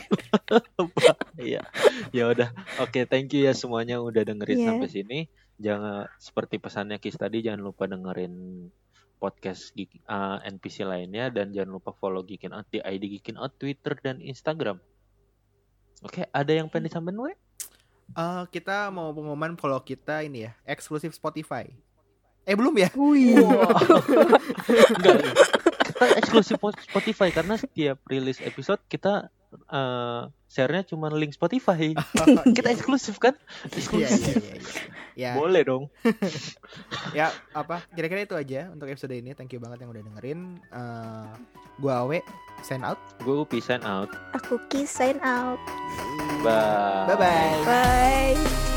Iya. Ya udah. Oke, thank you ya semuanya udah dengerin Iya. sampai sini. Jangan seperti pesannya Kis tadi, jangan lupa dengerin podcast Geek, uh, N P C lainnya, dan jangan lupa follow Geekin Out di I D Geekin Out, Twitter dan Instagram. Oke, ada yang pengen disampaikan, we? Eh, kita mau pengumuman kalau kita ini ya eksklusif Spotify. Eh belum ya? Wih. Enggak. Kita eksklusif Spotify karena setiap rilis episode kita uh, share-nya cuma link Spotify. Kita eksklusif kan? Iya, Eksklusif. iya, iya, iya. Ya, Boleh dong. ya apa? Kira-kira itu aja untuk episode ini. Thank you banget yang udah dengerin. Eh, gua Awe sign out. Gue Upi sign out. Aku Kiss sign out. Bye. Bye bye. Bye.